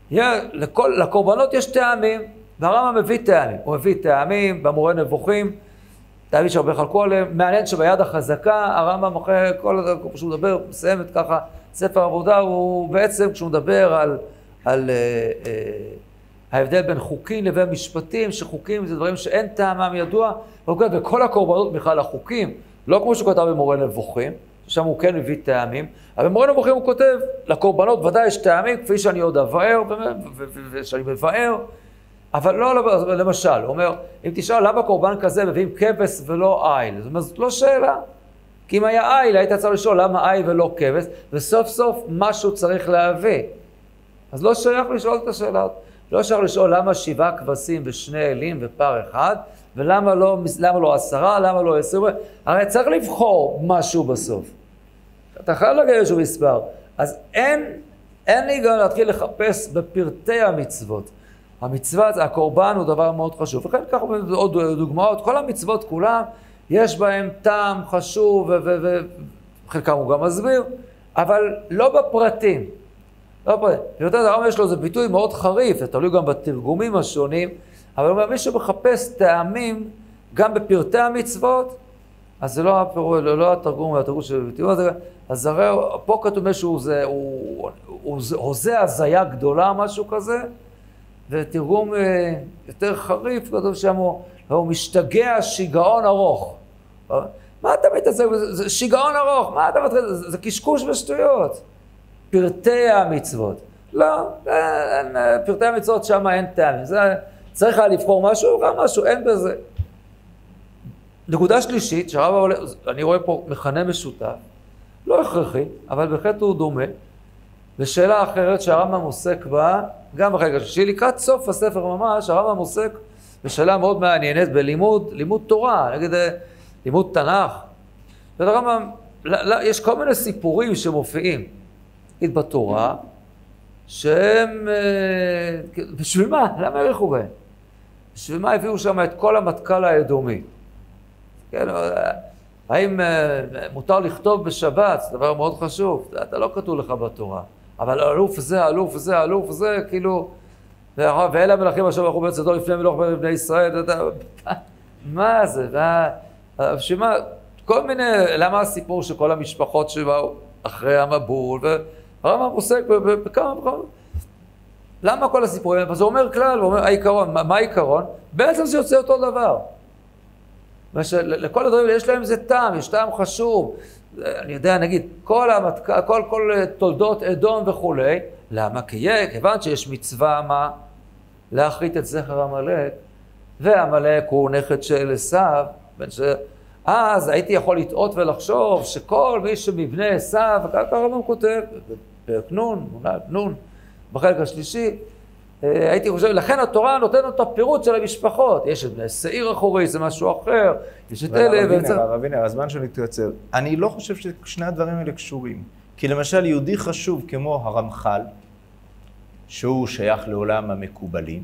B: לכל, לקורבנות יש טעמים, והרמב"ם מביא טעמים. הוא מביא טעמים במורה נבוכים, טעמים שהרבה חלקו עליהם. מעניין שביד החזקה, הרמב"ם אחרי כל זה, כשהוא מדבר, מסיים את ככה, ספר עבודה, הוא בעצם, כשהוא מדבר על, על אה, אה, ההבדל בין חוקים לבין משפטים, שחוקים זה דברים שאין טעמם ידוע, והוא כותב, וכל הקורבנות בכלל החוקים, לא כמו שהוא כתב במורה נבוכים, שם הוא כן מביא טעמים, אבל במורה נבוכים הוא כותב, לקורבנות ודאי יש טעמים, כפי שאני עוד אבאר, ושאני מבאר, אבל לא, למשל, הוא אומר, אם תשאל למה קורבן כזה מביאים כבש ולא איל, זאת אומרת, זאת לא שאלה, כי אם היה איל, היית צריך לשאול למה איל ולא כבש, וסוף סוף משהו צריך להביא. אז לא שייך לשאול את השאלה, לא שייך לשאול למה שבעה כבשים ושני אלים ופר אחד, ולמה לא, למה לא עשרה, למה לא עשרה, הרי צריך לבחור משהו בסוף. אתה חייב להגיד איזשהו מספר. אז אין, אין לי גם להתחיל לחפש בפרטי המצוות. המצווה, הקורבן הוא דבר מאוד חשוב. וכן ככה עוד דוגמאות, כל המצוות כולם, יש בהם טעם חשוב, וחלקם הוא גם מסביר, אבל לא בפרטים. לא בפרטים. יותר הרמב"ם יש לו איזה ביטוי מאוד חריף, זה תלוי גם בתרגומים השונים, אבל הוא אומר, מי שמחפש טעמים גם בפרטי המצוות, אז זה לא, הפרו, לא, לא התרגום, התרגום של ביטוי הזה, אז הרי פה כתוב משהו, זה, הוא, הוא הוזה הזיה גדולה, משהו כזה, ותרגום יותר חריף, כתוב שם, הוא, הוא משתגע שיגעון ארוך. מה אתה מתעסק? זה שיגעון ארוך, מה אתה מתעסק? זה, זה קשקוש ושטויות. פרטי המצוות. לא, אין, פרטי המצוות שם אין טעמים. זה צריך היה לבחור משהו, גם משהו, אין בזה. נקודה שלישית, שהרב עולה, אני רואה פה מכנה משותף, לא הכרחי, אבל בהחלט הוא דומה, ושאלה אחרת שהרמב"ם עוסק בה, גם בחלק השלישי, לקראת סוף הספר ממש, הרמב"ם עוסק בשאלה מאוד מעניינת בלימוד, לימוד תורה, נגיד לימוד תנ"ך. ולרמב"ם, יש כל מיני סיפורים שמופיעים בתורה, שהם, בשביל מה? למה העריכו בהם? בשביל מה הביאו שם את כל המטכ"ל האדומי? כן, האם מותר לכתוב בשבת? זה דבר מאוד חשוב, אתה לא כתוב לך בתורה. אבל אלוף זה, אלוף זה, אלוף זה, כאילו, ואלה המלכים אשר הלכו בארץ צדקה לפני מלוך בני ישראל, מה זה? שמה, כל מיני, למה הסיפור שכל המשפחות שבאו אחרי המבול, והרמב"ם עוסק בכמה וכמה. למה כל הסיפורים? אז הוא אומר כלל, הוא אומר, העיקרון, מה, מה העיקרון? בעצם זה יוצא אותו דבר. לכל הדברים יש להם איזה טעם, יש טעם חשוב. אני יודע, נגיד, כל, המתק... כל, כל תולדות אדום וכולי, למה? כי כיוון שיש מצווה מה? להחריט את זכר עמלק, ועמלק הוא נכד של עשיו, ש... אז הייתי יכול לטעות ולחשוב שכל מי שמבני עשיו, ככה הרמב"ם כותב, בפרק נון, נון, בחלק השלישי, הייתי חושב, לכן התורה נותנת את הפירוט של המשפחות. יש את בני שעיר אחורי, זה משהו אחר, יש את אלה...
C: הרב וינר, הזמן שלי תייצר. אני לא חושב ששני הדברים האלה קשורים. כי למשל, יהודי חשוב כמו הרמח"ל, שהוא שייך לעולם המקובלים,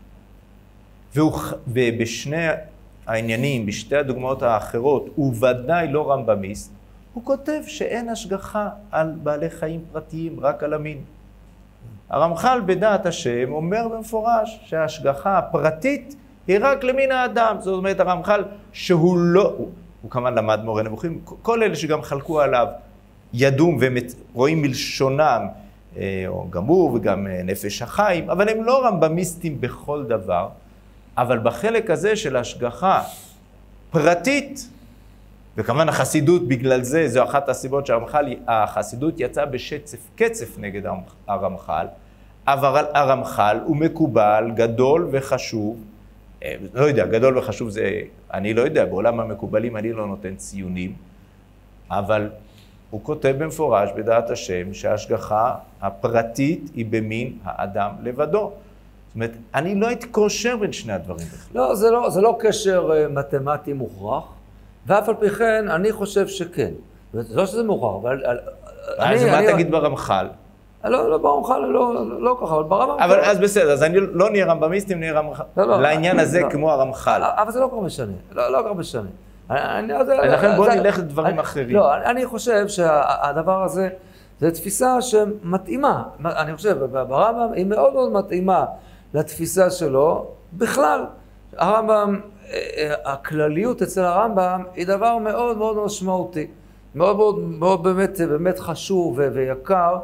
C: והוא, ובשני העניינים, בשתי הדוגמאות האחרות, הוא ודאי לא רמב"מיסט, הוא כותב שאין השגחה על בעלי חיים פרטיים, רק על המין. הרמח"ל בדעת השם אומר במפורש שההשגחה הפרטית היא רק למין האדם. זאת אומרת, הרמח"ל שהוא לא, הוא, הוא כמובן למד מורה נבוכים, כל אלה שגם חלקו עליו ידום ורואים מלשונם, או גם הוא וגם נפש החיים, אבל הם לא רמב"מיסטים בכל דבר, אבל בחלק הזה של ההשגחה פרטית, וכמובן החסידות בגלל זה, זו אחת הסיבות שהרמח"ל, החסידות יצאה בשצף קצף נגד הרמח"ל, אבל הרמח"ל הוא מקובל, גדול וחשוב, לא יודע, גדול וחשוב זה, אני לא יודע, בעולם המקובלים אני לא נותן ציונים, אבל הוא כותב במפורש בדעת השם שההשגחה הפרטית היא במין האדם לבדו. זאת אומרת, אני לא הייתי קושר בין שני הדברים בכלל.
B: לא, זה לא, זה לא קשר מתמטי מוכרח, ואף על פי כן, אני חושב שכן. זה לא שזה מוכרח, אבל...
C: אז מה תגיד ברמח"ל?
B: לא, לא ברמח"ל, לא, לא ככה, אבל ברמח"ל...
C: אבל אז בסדר, אז אני לא נהיה רמב"מיסטים, נהיה רמח"ל. לעניין הזה כמו הרמח"ל.
B: אבל זה לא כל משנה, לא כל משנה.
C: לכן בוא נלך לדברים אחרים.
B: לא, אני חושב שהדבר הזה, זו תפיסה שמתאימה. אני חושב, ברמב"ם היא מאוד מאוד מתאימה לתפיסה שלו. בכלל, הרמב"ם, הכלליות אצל הרמב"ם היא דבר מאוד מאוד משמעותי. מאוד מאוד, מאוד באמת, באמת חשוב ויקר.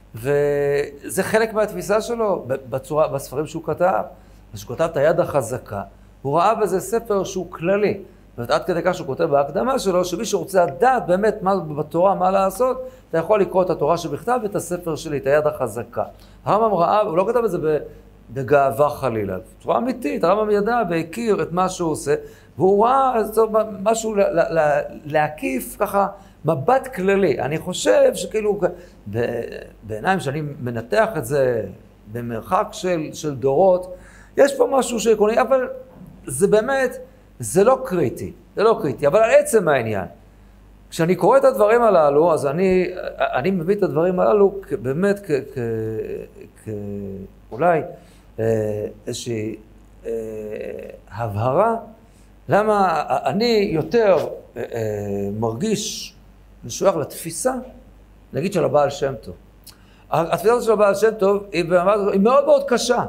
B: וזה חלק מהתפיסה שלו בצורה, בספרים שהוא כתב. כשהוא כתב את היד החזקה, הוא ראה בזה ספר שהוא כללי. עד כדי כך שהוא כותב בהקדמה שלו, שמי שרוצה לדעת באמת מה בתורה, מה לעשות, אתה יכול לקרוא את התורה שבכתב ואת הספר שלי, את היד החזקה. הרמב"ם ראה, הוא לא כתב את זה בגאווה חלילה. בצורה אמיתית, הרמב"ם ידע והכיר את מה שהוא עושה, והוא ראה משהו להקיף ככה מבט כללי. אני חושב שכאילו, בעיניים שאני מנתח את זה במרחק של, של דורות, יש פה משהו שעקרוני, אבל זה באמת, זה לא קריטי, זה לא קריטי, אבל על עצם העניין. כשאני קורא את הדברים הללו, אז אני, אני מביא את הדברים הללו באמת כ, כ, כ, אולי איזושהי אה, הבהרה, למה אני יותר אה, מרגיש משוייך לתפיסה, נגיד של הבעל שם טוב. התפיסה של הבעל שם טוב היא, היא מאוד מאוד קשה.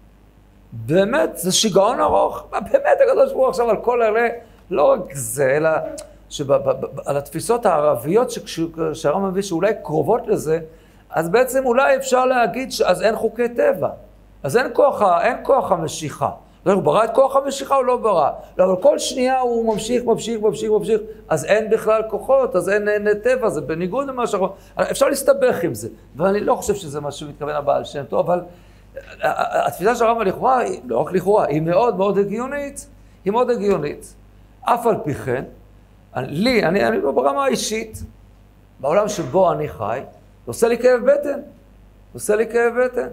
B: באמת, זה שיגעון ארוך. באמת, הקדוש ברוך הוא עכשיו על כל אלה, לא רק זה, אלא שעל התפיסות הערביות שהרמב"ם מביא שאולי קרובות לזה, אז בעצם אולי אפשר להגיד שאז אין חוקי טבע. אז אין כוח, אין כוח המשיכה. הוא ברא את כוח המשיכה או לא ברא? לא, אבל כל שנייה הוא ממשיך, ממשיך, ממשיך, ממשיך, אז אין בכלל כוחות, אז אין, אין טבע, זה בניגוד למה שאנחנו... אפשר להסתבך עם זה, ואני לא חושב שזה מה שמתכוון הבעל שם טוב, אבל התפיסה של הרמב"ם לכאורה, לא רק לכאורה, היא מאוד מאוד הגיונית, היא מאוד הגיונית. אף על פי כן, לי, אני, אני ברמה האישית, בעולם שבו אני חי, עושה לי כאב בטן, עושה לי כאב בטן.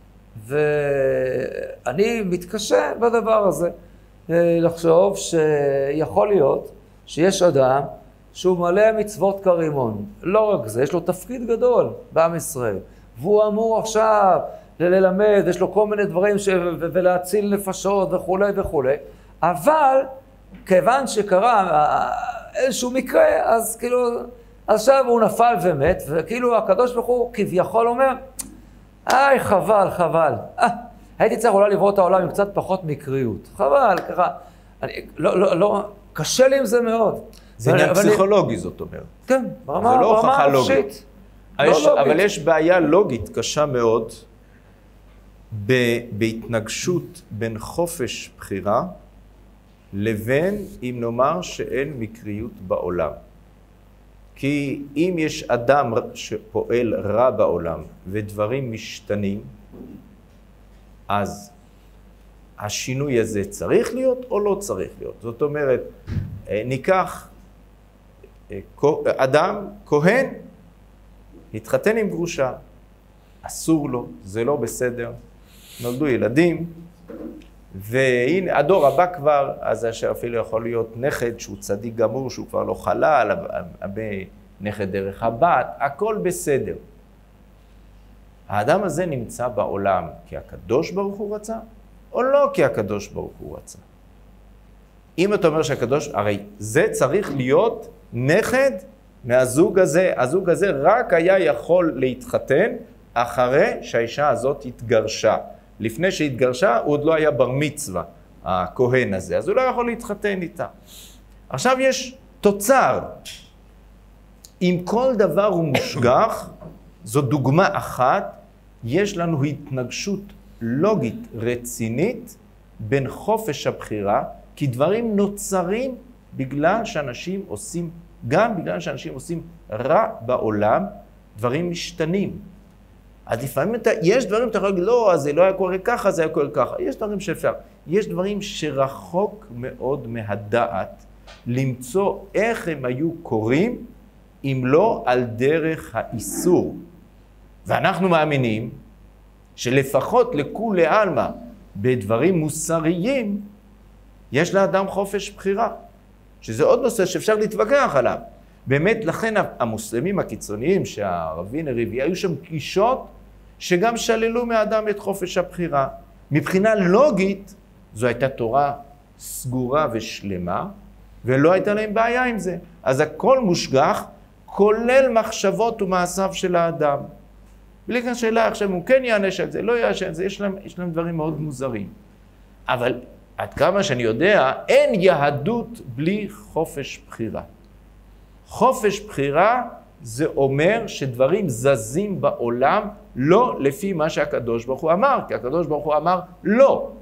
B: ואני מתקשה בדבר הזה, לחשוב שיכול להיות שיש אדם שהוא מלא מצוות כרימון. לא רק זה, יש לו תפקיד גדול בעם ישראל, והוא אמור עכשיו ללמד, יש לו כל מיני דברים ש... ולהציל נפשות וכו' וכו'. אבל כיוון שקרה איזשהו מקרה, אז כאילו, עכשיו הוא נפל ומת, וכאילו הקדוש ברוך הוא כביכול אומר, איי, חבל, חבל. אה, הייתי צריך אולי לברוא את העולם עם קצת פחות מקריות. חבל, ככה. אני, לא, לא, לא, קשה לי עם זה מאוד.
C: זה עניין פסיכולוגי, זאת אומרת.
B: כן, ברמה,
C: זה לא
B: ברמה
C: הוכחה לוגית.
B: לא
C: יש,
B: לוגית.
C: אבל יש בעיה לוגית קשה מאוד, בהתנגשות בין חופש בחירה לבין, אם נאמר, שאין מקריות בעולם. כי אם יש אדם שפועל רע בעולם ודברים משתנים, אז השינוי הזה צריך להיות או לא צריך להיות. זאת אומרת, ניקח אדם, כהן, התחתן עם גרושה, אסור לו, זה לא בסדר, נולדו ילדים, והנה הדור הבא כבר, אז אפילו יכול להיות נכד שהוא צדיק גמור, שהוא כבר לא חלל, נכד דרך הבת, הכל בסדר. האדם הזה נמצא בעולם כי הקדוש ברוך הוא רצה, או לא כי הקדוש ברוך הוא רצה. אם אתה אומר שהקדוש, הרי זה צריך להיות נכד מהזוג הזה, הזוג הזה רק היה יכול להתחתן אחרי שהאישה הזאת התגרשה. לפני שהתגרשה הוא עוד לא היה בר מצווה, הכהן הזה, אז הוא לא יכול להתחתן איתה. עכשיו יש תוצר. אם כל דבר הוא מושגח, זו דוגמה אחת, יש לנו התנגשות לוגית רצינית בין חופש הבחירה, כי דברים נוצרים בגלל שאנשים עושים, גם בגלל שאנשים עושים רע בעולם, דברים משתנים. אז לפעמים אתה, יש דברים שאתה יכול להגיד, לא, אז זה לא היה קורה ככה, זה היה קורה ככה. יש דברים שאפשר. יש דברים שרחוק מאוד מהדעת למצוא איך הם היו קורים, אם לא על דרך האיסור. ואנחנו מאמינים שלפחות לכולי עלמא, בדברים מוסריים, יש לאדם חופש בחירה. שזה עוד נושא שאפשר להתווכח עליו. באמת, לכן המוסלמים הקיצוניים שהערבים הריבי, היו שם גישות שגם שללו מהאדם את חופש הבחירה. מבחינה לוגית, זו הייתה תורה סגורה ושלמה, ולא הייתה להם בעיה עם זה. אז הכל מושגח, כולל מחשבות ומעשיו של האדם. בלי כאן שאלה עכשיו, הוא כן יענש על זה, לא יענש על זה, יש להם, יש להם דברים מאוד מוזרים. אבל עד כמה שאני יודע, אין יהדות בלי חופש בחירה. חופש בחירה זה אומר שדברים זזים בעולם לא לפי מה שהקדוש ברוך הוא אמר, כי הקדוש ברוך הוא אמר לא.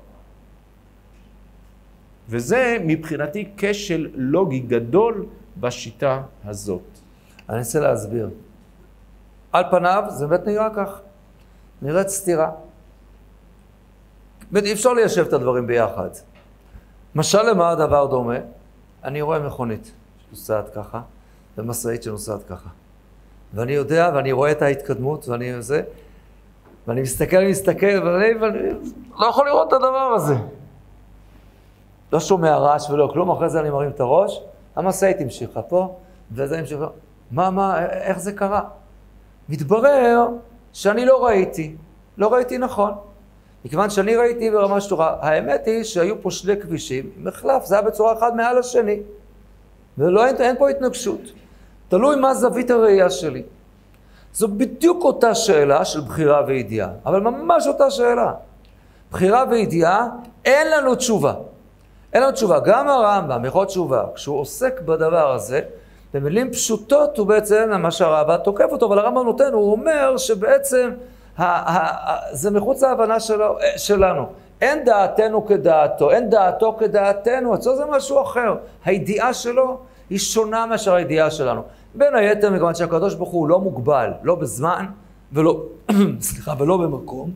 C: וזה מבחינתי כשל לוגי גדול בשיטה הזאת.
B: אני אנסה להסביר. על פניו זה באמת נראה כך, נראית סתירה. באמת אי אפשר ליישב את הדברים ביחד. משל למה הדבר דומה? אני רואה מכונית שנוסעת ככה, ומשאית שנוסעת ככה. ואני יודע, ואני רואה את ההתקדמות, ואני זה, ואני מסתכל, אני מסתכל, ואני, ואני לא יכול לראות את הדבר הזה. לא שומע רעש ולא כלום, אחרי זה אני מרים את הראש, המשאית המשיכה פה, וזה המשיכה. מה, מה, איך זה קרה? מתברר שאני לא ראיתי, לא ראיתי נכון. מכיוון שאני ראיתי ברמה שטוחה, האמת היא שהיו פה שני כבישים, מחלף, זה היה בצורה אחת מעל השני. ולא, אין, אין פה התנגשות. תלוי מה זווית הראייה שלי. זו בדיוק אותה שאלה של בחירה וידיעה, אבל ממש אותה שאלה. בחירה וידיעה, אין לנו תשובה. אין לנו תשובה. גם הרמב"ם, הלכות תשובה, כשהוא עוסק בדבר הזה, במילים פשוטות הוא בעצם, מה שהרמב"ם תוקף אותו, אבל הרמב"ם נותן, הוא אומר שבעצם ה- ה- ה- זה מחוץ להבנה שלו, שלנו. אין דעתנו כדעתו, אין דעתו כדעתנו, אצלו זה משהו אחר. הידיעה שלו היא שונה מאשר הידיעה שלנו. בין היתר, מכיוון שהקדוש ברוך הוא לא מוגבל, לא בזמן ולא, סליחה, ולא במקום.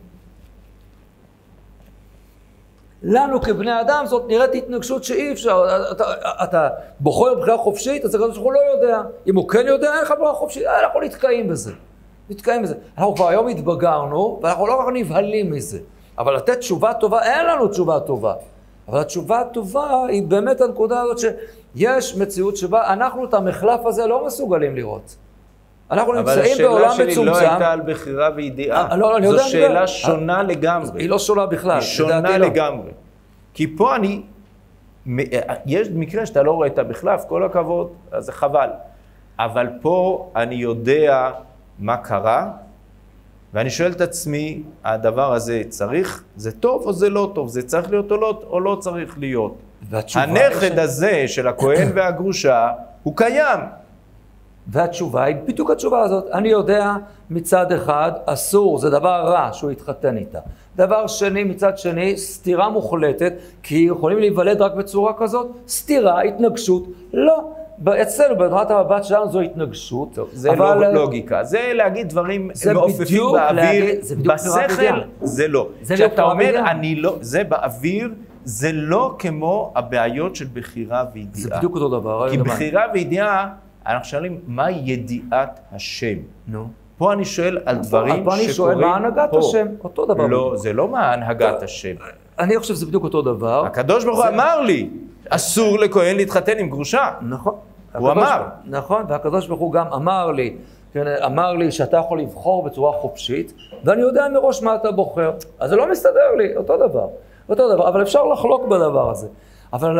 B: לנו כבני אדם זאת נראית התנגשות שאי אפשר. אתה, אתה בוחר בחירה חופשית, אז הקדוש ברוך הוא לא יודע. אם הוא כן יודע, אין לך בחירה חופשית, אנחנו נתקעים בזה. נתקעים בזה. אנחנו כבר היום התבגרנו, ואנחנו לא רק נבהלים מזה. אבל לתת תשובה טובה, אין לנו תשובה טובה. אבל התשובה הטובה היא באמת הנקודה הזאת שיש מציאות שבה אנחנו את המחלף הזה לא מסוגלים לראות. אנחנו נמצאים בעולם מצומצם.
C: אבל השאלה שלי לא הייתה על בחירה וידיעה.
B: לא, לא,
C: זו שאלה שונה לגמרי.
B: היא לא שונה בכלל.
C: היא שונה לגמרי. כי פה אני, יש מקרה שאתה לא רואה את המחלף, כל הכבוד, אז זה חבל. אבל פה אני יודע מה קרה, ואני שואל את עצמי, הדבר הזה צריך, זה טוב או זה לא טוב? זה צריך להיות או לא, או לא צריך להיות? הנכד הזה של הכהן והגרושה, הוא קיים.
B: והתשובה היא בדיוק התשובה הזאת. אני יודע מצד אחד, אסור, זה דבר רע שהוא יתחתן איתה. דבר שני, מצד שני, סתירה מוחלטת, כי יכולים להיוולד רק בצורה כזאת, סתירה, התנגשות, לא. אצלנו, בתנועת המבט שלנו זו התנגשות.
C: זה אבל... לא לוגיקה, זה להגיד דברים מעופפים באוויר, בשכל זה לא. כשאתה אומר, אני לא, זה באוויר, זה לא כמו הבעיות של בחירה וידיעה.
B: זה בדיוק אותו דבר.
C: כי בחירה וידיעה, אנחנו שואלים, מה ידיעת השם?
B: נו.
C: פה אני שואל על דברים שקורים פה.
B: פה אני שואל מה הנהגת השם, אותו דבר.
C: לא, זה לא מה הנהגת השם.
B: אני חושב שזה בדיוק אותו דבר.
C: הקדוש ברוך הוא אמר לי, אסור לכהן להתחתן עם גרושה.
B: נכון.
C: הוא אמר.
B: נכון, והקדוש ברוך הוא גם אמר לי, אמר לי שאתה יכול לבחור בצורה חופשית, ואני יודע מראש מה אתה בוחר. אז זה לא מסתדר לי, אותו דבר. אותו דבר, אבל אפשר לחלוק בדבר הזה. אבל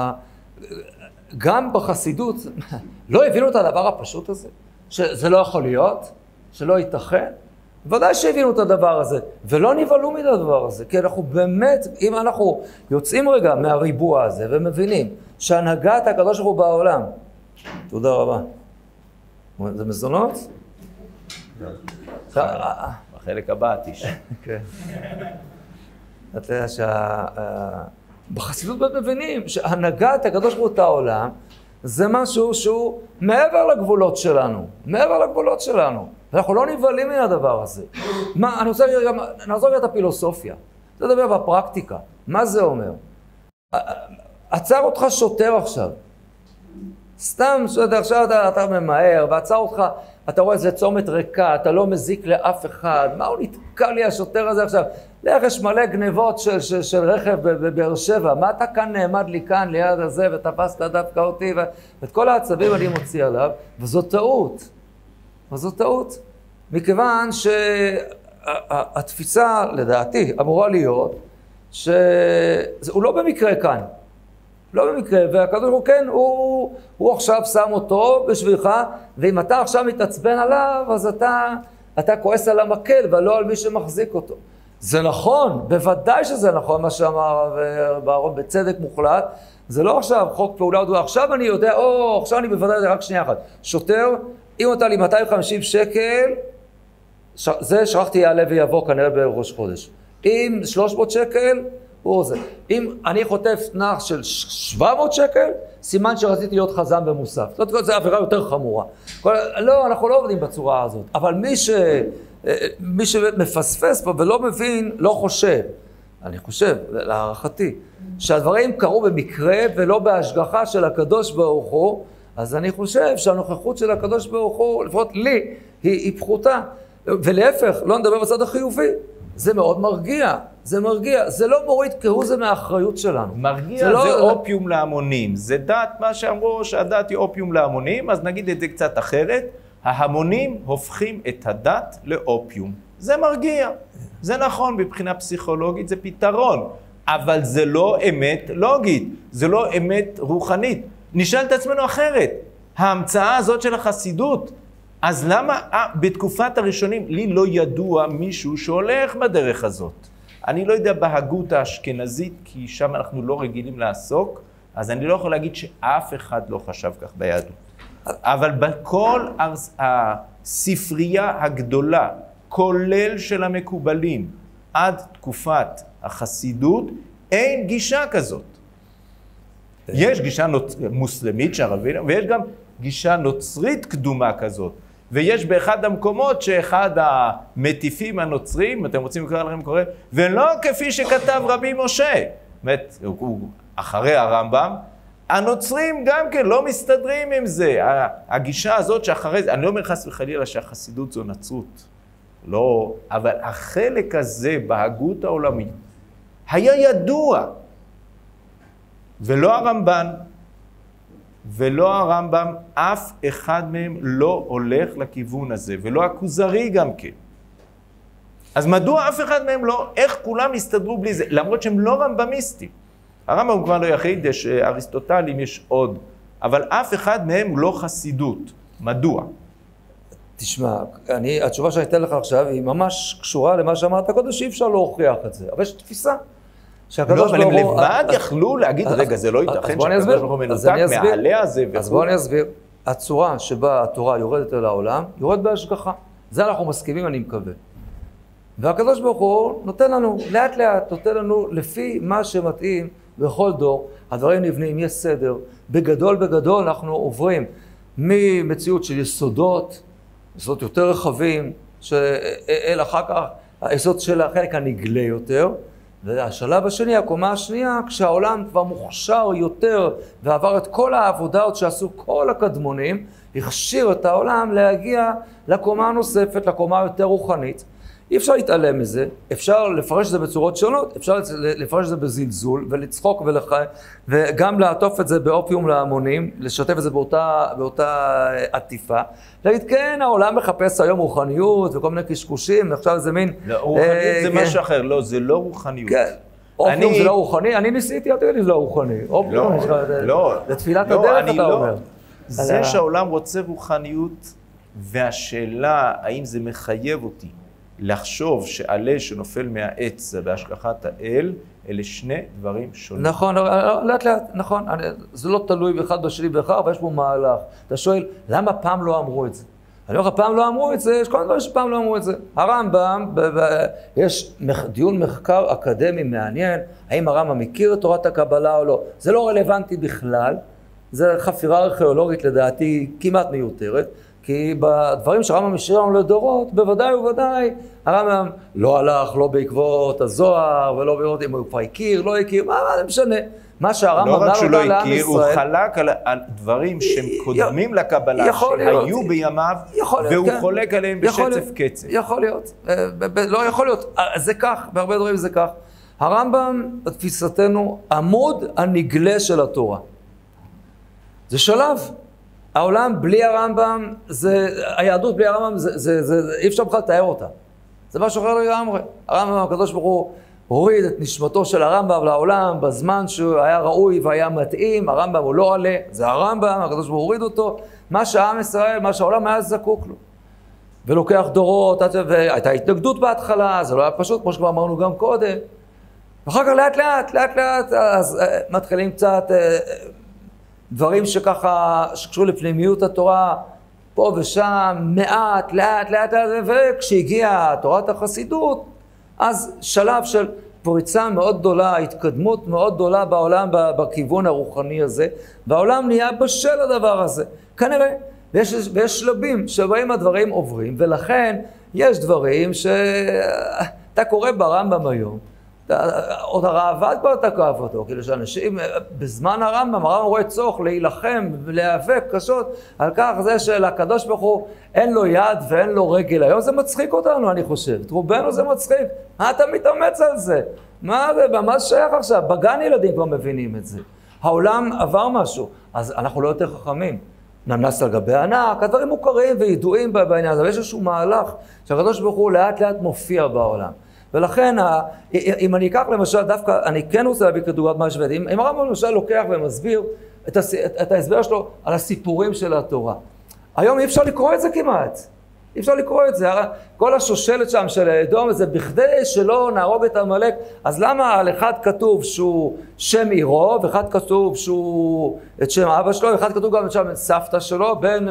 B: גם בחסידות, לא הבינו את הדבר הפשוט הזה, שזה לא יכול להיות, שלא ייתכן. ודאי שהבינו את הדבר הזה, ולא נבהלו מהדבר הזה, כי אנחנו באמת, אם אנחנו יוצאים רגע מהריבוע הזה ומבינים שהנהגת הקדוש ברוך הוא בעולם, תודה רבה. זה מזונות?
C: בחלק הבא תשע.
B: כן. אתה יודע שבחסידות מבינים שהנהגת הקדוש ברוך הוא את העולם, זה משהו שהוא מעבר לגבולות שלנו, מעבר לגבולות שלנו. ואנחנו לא נבהלים מן הדבר הזה. מה, אני רוצה גם, נעזור את הפילוסופיה. זה לדבר בפרקטיקה. מה זה אומר? עצר אותך שוטר עכשיו. סתם, עכשיו אתה, אתה ממהר, ועצר אותך, אתה רואה איזה צומת ריקה, אתה לא מזיק לאף אחד. מה הוא נתקע לי השוטר הזה עכשיו? לך יש מלא גנבות של, של, של רכב בבאר שבע. מה אתה כאן נעמד לי כאן ליד הזה ותפסת דווקא אותי? ואת כל העצבים אני מוציא עליו, וזו טעות. וזו טעות. מכיוון שהתפיסה, לדעתי, אמורה להיות, שהוא לא במקרה כאן. לא במקרה, והקדוש ברוך הוא כן, הוא, הוא עכשיו שם אותו בשבילך, ואם אתה עכשיו מתעצבן עליו, אז אתה, אתה כועס על המקל, ולא על מי שמחזיק אותו. זה נכון, בוודאי שזה נכון, מה שאמר בארון בצדק מוחלט, זה לא עכשיו חוק פעולה עוד, עכשיו אני יודע, או, עכשיו אני בוודאי, רק שנייה אחת. שוטר, אם אתה לי מאתיים וחמישים שקל, ש... זה שכחתי יעלה ויבוא כנראה בראש חודש. אם שלוש מאות שקל, הוא זה. אם אני חוטף נח של שבע מאות שקל, סימן שרציתי להיות חזם במוסף. זאת אומרת, זו עבירה יותר חמורה. כל... לא, אנחנו לא עובדים בצורה הזאת. אבל מי, ש... מי שמפספס פה ולא מבין, לא חושב. אני חושב, להערכתי, שהדברים קרו במקרה ולא בהשגחה של הקדוש ברוך הוא, אז אני חושב שהנוכחות של הקדוש ברוך הוא, לפחות לי, היא, היא פחותה. ולהפך, לא נדבר בצד החיובי. זה מאוד מרגיע, זה מרגיע. זה לא מוריד כהוא זה מהאחריות שלנו.
C: מרגיע זה,
B: זה,
C: לא...
B: זה
C: אופיום להמונים. זה דת, מה שאמרו שהדת היא אופיום להמונים, אז נגיד את זה קצת אחרת. ההמונים הופכים את הדת לאופיום. זה מרגיע. זה נכון, מבחינה פסיכולוגית זה פתרון. אבל זה לא אמת לוגית, זה לא אמת רוחנית. נשאל את עצמנו אחרת, ההמצאה הזאת של החסידות, אז למה אה, בתקופת הראשונים לי לא ידוע מישהו שהולך בדרך הזאת? אני לא יודע בהגות האשכנזית, כי שם אנחנו לא רגילים לעסוק, אז אני לא יכול להגיד שאף אחד לא חשב כך ביהדות. אבל בכל הספרייה הגדולה, כולל של המקובלים, עד תקופת החסידות, אין גישה כזאת. יש גישה נוצ... מוסלמית שערבית, ויש גם גישה נוצרית קדומה כזאת. ויש באחד המקומות שאחד המטיפים הנוצרים, אתם רוצים לקרוא לכם קורא, ולא כפי שכתב רבי משה, באמת, הוא אחרי הרמב"ם, הנוצרים גם כן לא מסתדרים עם זה. הגישה הזאת שאחרי זה, אני לא אומר חס וחלילה שהחסידות זו נצרות, לא, אבל החלק הזה בהגות העולמית היה ידוע, ולא הרמב"ן, ולא הרמב"ם, אף אחד מהם לא הולך לכיוון הזה, ולא הכוזרי גם כן. אז מדוע אף אחד מהם לא, איך כולם הסתדרו בלי זה, למרות שהם לא רמב"מיסטים. הרמב"ם הוא כבר לא יחיד, יש אריסטוטלים, יש עוד, אבל אף אחד מהם לא חסידות. מדוע?
B: תשמע, אני, התשובה שאני אתן לך עכשיו היא ממש קשורה למה שאמרת קודם, שאי אפשר להוכיח את זה, אבל יש תפיסה.
C: לא, אבל הם לבד יכלו להגיד, רגע, זה לא ייתכן שהקדוש ברוך הוא מנותק מהעלה הזה.
B: אז בואו אני אסביר. הצורה שבה התורה יורדת אל העולם, יורד בהשגחה. זה אנחנו מסכימים, אני מקווה. והקדוש ברוך הוא נותן לנו, לאט לאט, נותן לנו לפי מה שמתאים בכל דור. הדברים נבנים, יש סדר. בגדול בגדול אנחנו עוברים ממציאות של יסודות, יסודות יותר רחבים, שאל אחר כך, היסוד של החלק הנגלה יותר, והשלב השני, הקומה השנייה, כשהעולם כבר מוכשר יותר ועבר את כל העבודות שעשו כל הקדמונים, הכשיר את העולם להגיע לקומה הנוספת, לקומה יותר רוחנית. אי אפשר להתעלם מזה, אפשר לפרש את זה בצורות שונות, אפשר לפרש את זה בזלזול ולצחוק ולח... וגם לעטוף את זה באופיום להמונים, לשתף את זה באותה, באותה עטיפה. להגיד, כן, העולם מחפש היום רוחניות וכל מיני קשקושים, עכשיו זה מין...
C: לא, רוחניות אה, זה כן. משהו אחר, לא, זה לא רוחניות.
B: כן, אופיום אני... זה לא רוחני, אני ניסיתי, אל תגיד לי, זה לא רוחני. אופיום,
C: לא,
B: זה,
C: לא.
B: זה תפילת
C: לא,
B: הדרך, אתה
C: לא.
B: אומר.
C: זה שהעולם רוצה רוחניות, והשאלה האם זה מחייב אותי לחשוב שעלה שנופל מהעץ זה בהשגחת האל, אלה שני דברים שונים.
B: נכון, לאט לאט, נכון, זה לא תלוי באחד בשני באחר, אבל יש פה מהלך. אתה שואל, למה פעם לא אמרו את זה? אני אומר לך, פעם לא אמרו את זה, יש כל דברים שפעם לא אמרו את זה. הרמב"ם, יש דיון מחקר אקדמי מעניין, האם הרמב"ם מכיר את תורת הקבלה או לא. זה לא רלוונטי בכלל, זה חפירה ארכיאולוגית לדעתי כמעט מיותרת, כי בדברים שהרמב"ם השאיר לנו לדורות, בוודאי ובוודאי, הרמב"ם לא הלך, לא בעקבות הזוהר, ולא בעקבות אם הוא כבר הכיר, לא הכיר, מה זה משנה? מה שהרמב"ם
C: לא רק שהוא לא הכיר, הוא
B: ישראל,
C: חלק על, על דברים שהם קודמים י... לקבלה, שהיו להיות. בימיו, והוא כן. חולק עליהם בשצף קצף.
B: יכול להיות, לא יכול להיות, זה כך, בהרבה דברים זה כך. הרמב"ם, בתפיסתנו, עמוד הנגלה של התורה. זה שלב. העולם בלי הרמב"ם, זה, היהדות בלי הרמב"ם, זה, זה, זה, זה, אי אפשר בכלל לתאר אותה. זה משהו אחר לגמרי. הרמב"ם, הקדוש ברוך הוא, הוריד את נשמתו של הרמב"ם לעולם בזמן שהוא היה ראוי והיה מתאים. הרמב"ם הוא לא עלה, זה הרמב"ם, הקדוש ברוך הוא הוריד אותו. מה שהעם ישראל, מה שהעולם היה זקוק לו. ולוקח דורות, והייתה התנגדות בהתחלה, זה לא היה פשוט, כמו שכבר אמרנו גם קודם. ואחר כך לאט לאט, לאט לאט, אז מתחילים קצת... דברים שככה, שקשור לפנימיות התורה, פה ושם, מעט, לאט, לאט, לאט, וכשהגיעה תורת החסידות, אז שלב של פריצה מאוד גדולה, התקדמות מאוד גדולה בעולם, בכיוון הרוחני הזה, והעולם נהיה בשל הדבר הזה. כנראה, ויש, ויש שלבים שבהם הדברים עוברים, ולכן יש דברים שאתה קורא ברמב"ם היום, עוד הרעב"ד כבר תקף אותו, כאילו שאנשים, בזמן הרמב"ם, הרמב"ם רואה צורך להילחם ולהיאבק קשות על כך זה שלקדוש ברוך הוא אין לו יד ואין לו רגל. היום זה מצחיק אותנו, אני חושב. את רובנו זה מצחיק. מה אתה מתאמץ על זה? מה זה? מה שייך עכשיו? בגן ילדים כבר מבינים את זה. העולם עבר משהו, אז אנחנו לא יותר חכמים. נמנס על גבי ענק, הדברים מוכרים וידועים בעניין הזה, ויש איזשהו מהלך שהקדוש ברוך הוא לאט לאט מופיע בעולם. ולכן, אם אני אקח למשל, דווקא, אני כן רוצה להביא כדוגמת מה שבט, אם הרמב"ם למשל לוקח ומסביר את, הס, את, את ההסבר שלו על הסיפורים של התורה. היום אי אפשר לקרוא את זה כמעט. אי אפשר לקרוא את זה. כל השושלת שם של אדום, זה בכדי שלא נהרוג את עמלק. אז למה על אחד כתוב שהוא שם עירו, ואחד כתוב שהוא את שם אבא שלו, ואחד כתוב גם את שם סבתא שלו, בן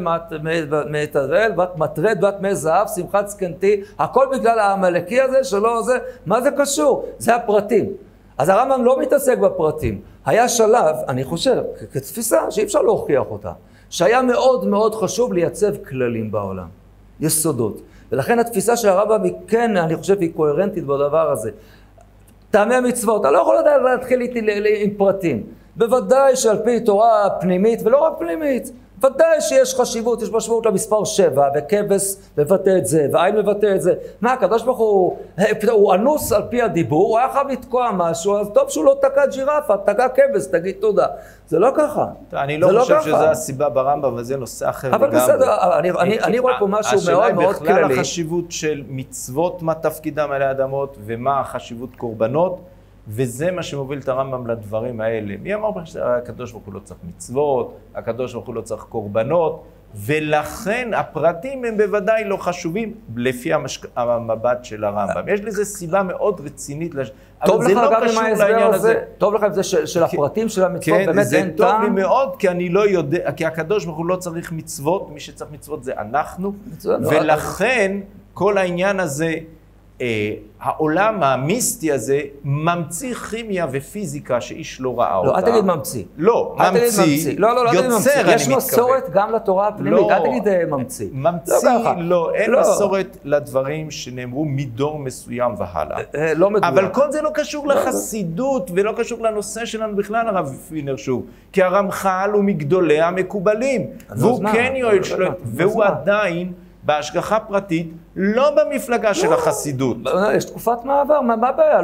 B: מתבל, בת מטרד, בת מי זהב, שמחת זקנתי, הכל בגלל העמלקי הזה שלא זה, מה זה קשור? זה הפרטים. אז הרמב"ם לא מתעסק בפרטים. היה שלב, אני חושב, כתפיסה שאי אפשר להוכיח אותה, שהיה מאוד מאוד חשוב לייצב כללים בעולם. יסודות. ולכן התפיסה של הרמב"ם היא כן, אני חושב, היא קוהרנטית בדבר הזה. טעמי המצוות, אתה לא יכול להתחיל איתי עם פרטים. בוודאי שעל פי תורה פנימית, ולא רק פנימית, ודאי שיש חשיבות, יש משמעות למספר שבע, וכבש מבטא את זה, ועין מבטא את זה. מה, הקדוש ברוך הוא, הוא אנוס על פי הדיבור, הוא היה חייב לתקוע משהו, אז טוב שהוא לא תקע ג'ירפה, תקע כבש, תגיד תודה. זה לא ככה.
C: אני לא חושב שזו הסיבה ברמב"ם, אבל זה נושא אחר לגמרי.
B: אבל בסדר, אני רואה פה משהו מאוד מאוד כללי.
C: השאלה היא בכלל החשיבות של מצוות, מה תפקידם עלי אדמות, ומה החשיבות קורבנות, וזה מה שמוביל את הרמב"ם לדברים האלה. מי אמר שהקדוש ברוך הוא לא צריך מצוות, הקדוש ברוך הוא לא צריך קורבנות, ולכן הפרטים הם בוודאי לא חשובים לפי המשק... המבט של הרמב"ם. יש לזה סיבה מאוד רצינית, לש... אבל זה לא קשור לעניין הזה.
D: טוב לך עם זה של, של הפרטים של המצוות,
C: כן,
D: באמת אין טעם.
C: זה טוב לי מאוד, כי אני לא יודע, כי הקדוש ברוך הוא לא צריך מצוות, מי שצריך מצוות זה אנחנו, מצוות, ולכן כל העניין הזה, אה, העולם המיסטי הזה, ממציא כימיה ופיזיקה שאיש לא ראה אותה.
D: לא, אל תגיד ממציא.
C: לא, ממציא,
D: לא, לא, לא,
C: יוצר, אני מתכוון.
D: יש מסורת גם לתורה הפנימית, אל תגיד ממציא.
C: ממציא, לא, אין מסורת לדברים שנאמרו מדור מסוים והלאה.
D: לא מדויק.
C: אבל כל זה לא קשור לחסידות, ולא קשור לנושא שלנו בכלל, הרב פינר שוב. כי הרמח"ל הוא מגדולי המקובלים, והוא כן יועץ שלו, והוא עדיין בהשגחה פרטית, לא במפלגה של החסידות.
D: יש תקופת מעבר, מה הבעיה?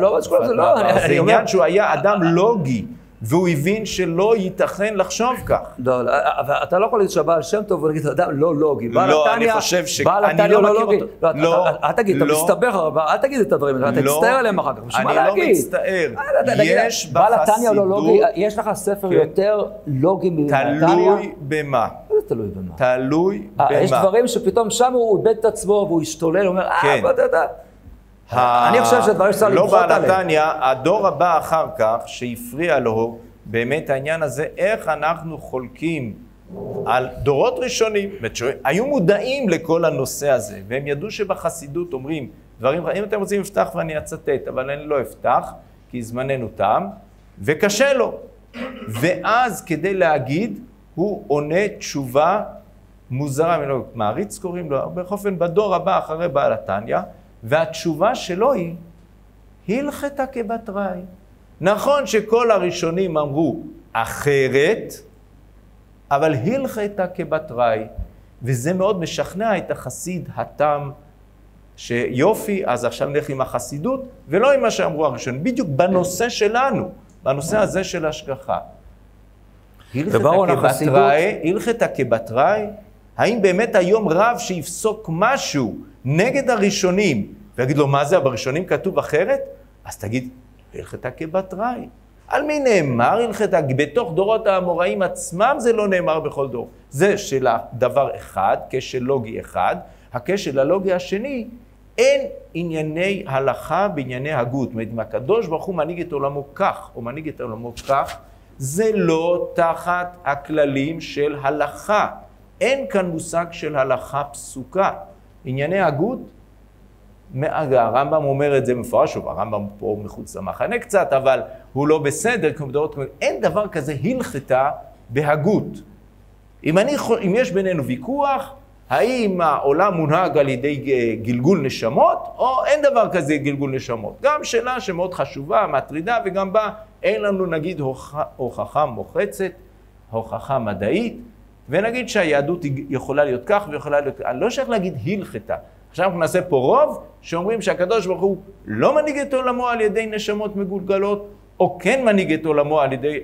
C: זה עניין שהוא היה אדם לוגי, והוא הבין שלא ייתכן לחשוב כך.
D: לא, אבל אתה לא יכול להגיד שהבעל שם טוב ולהגיד, אדם לא לוגי.
C: לא, אני חושב שאני לא מכיר אותו.
D: לא, אל תגיד, אתה מסתבר, אל תגיד את הדברים, אתה תצטער עליהם אחר כך.
C: אני לא מצטער. יש בחסידות...
D: יש לך ספר יותר לוגי מנתניה?
C: תלוי במה.
D: תלוי במה.
C: תלוי במה.
D: יש דברים שפתאום שם הוא איבד את עצמו והוא השתולל, הוא אומר, אה, בוא תדע. אני חושב שהדברים שצריך למחות עליהם.
C: לא בנתניה, הדור הבא אחר כך, שהפריע לו באמת העניין הזה, איך אנחנו חולקים על דורות ראשונים, היו מודעים לכל הנושא הזה, והם ידעו שבחסידות אומרים דברים, אם אתם רוצים לפתח ואני אצטט, אבל אני לא אפתח, כי זמננו תם, וקשה לו. ואז כדי להגיד, הוא עונה תשובה מוזרה, מעריץ קוראים לו, באופן בדור הבא אחרי בעל התניא, והתשובה שלו היא, הלכתה כבתראי. נכון שכל הראשונים אמרו אחרת, אבל הלכתה כבתראי, וזה מאוד משכנע את החסיד התם, שיופי, אז עכשיו נלך עם החסידות, ולא עם מה שאמרו הראשונים, בדיוק בנושא שלנו, בנושא הזה של השגחה. הלכתה כבתראי, האם באמת היום רב שיפסוק משהו נגד הראשונים, ויגיד לו, מה זה, בראשונים כתוב אחרת? אז תגיד, הלכתה כבתראי. על מי נאמר הלכתה? בתוך דורות האמוראים עצמם זה לא נאמר בכל דור. זה של דבר אחד, כשל לוגי אחד. הכשל הלוגי השני, אין ענייני הלכה בענייני הגות. זאת אומרת, אם הקדוש ברוך הוא מנהיג את עולמו כך, או מנהיג את עולמו כך, זה לא תחת הכללים של הלכה. אין כאן מושג של הלכה פסוקה. ענייני הגות, הרמב"ם אומר את זה מפורש, הרמב"ם פה מחוץ למחנה קצת, אבל הוא לא בסדר, כמו בדורות, אין דבר כזה הלכתה בהגות. אם, אני, אם יש בינינו ויכוח, האם העולם מונהג על ידי גלגול נשמות, או אין דבר כזה גלגול נשמות. גם שאלה שמאוד חשובה, מטרידה, וגם בה אין לנו נגיד הוכחה מוחצת, הוכחה מדעית, ונגיד שהיהדות יכולה להיות כך ויכולה להיות... אני לא שייך להגיד הלכתה. עכשיו אנחנו נעשה פה רוב שאומרים שהקדוש ברוך הוא לא מנהיג את עולמו על ידי נשמות מגולגלות, או כן מנהיג את עולמו על ידי...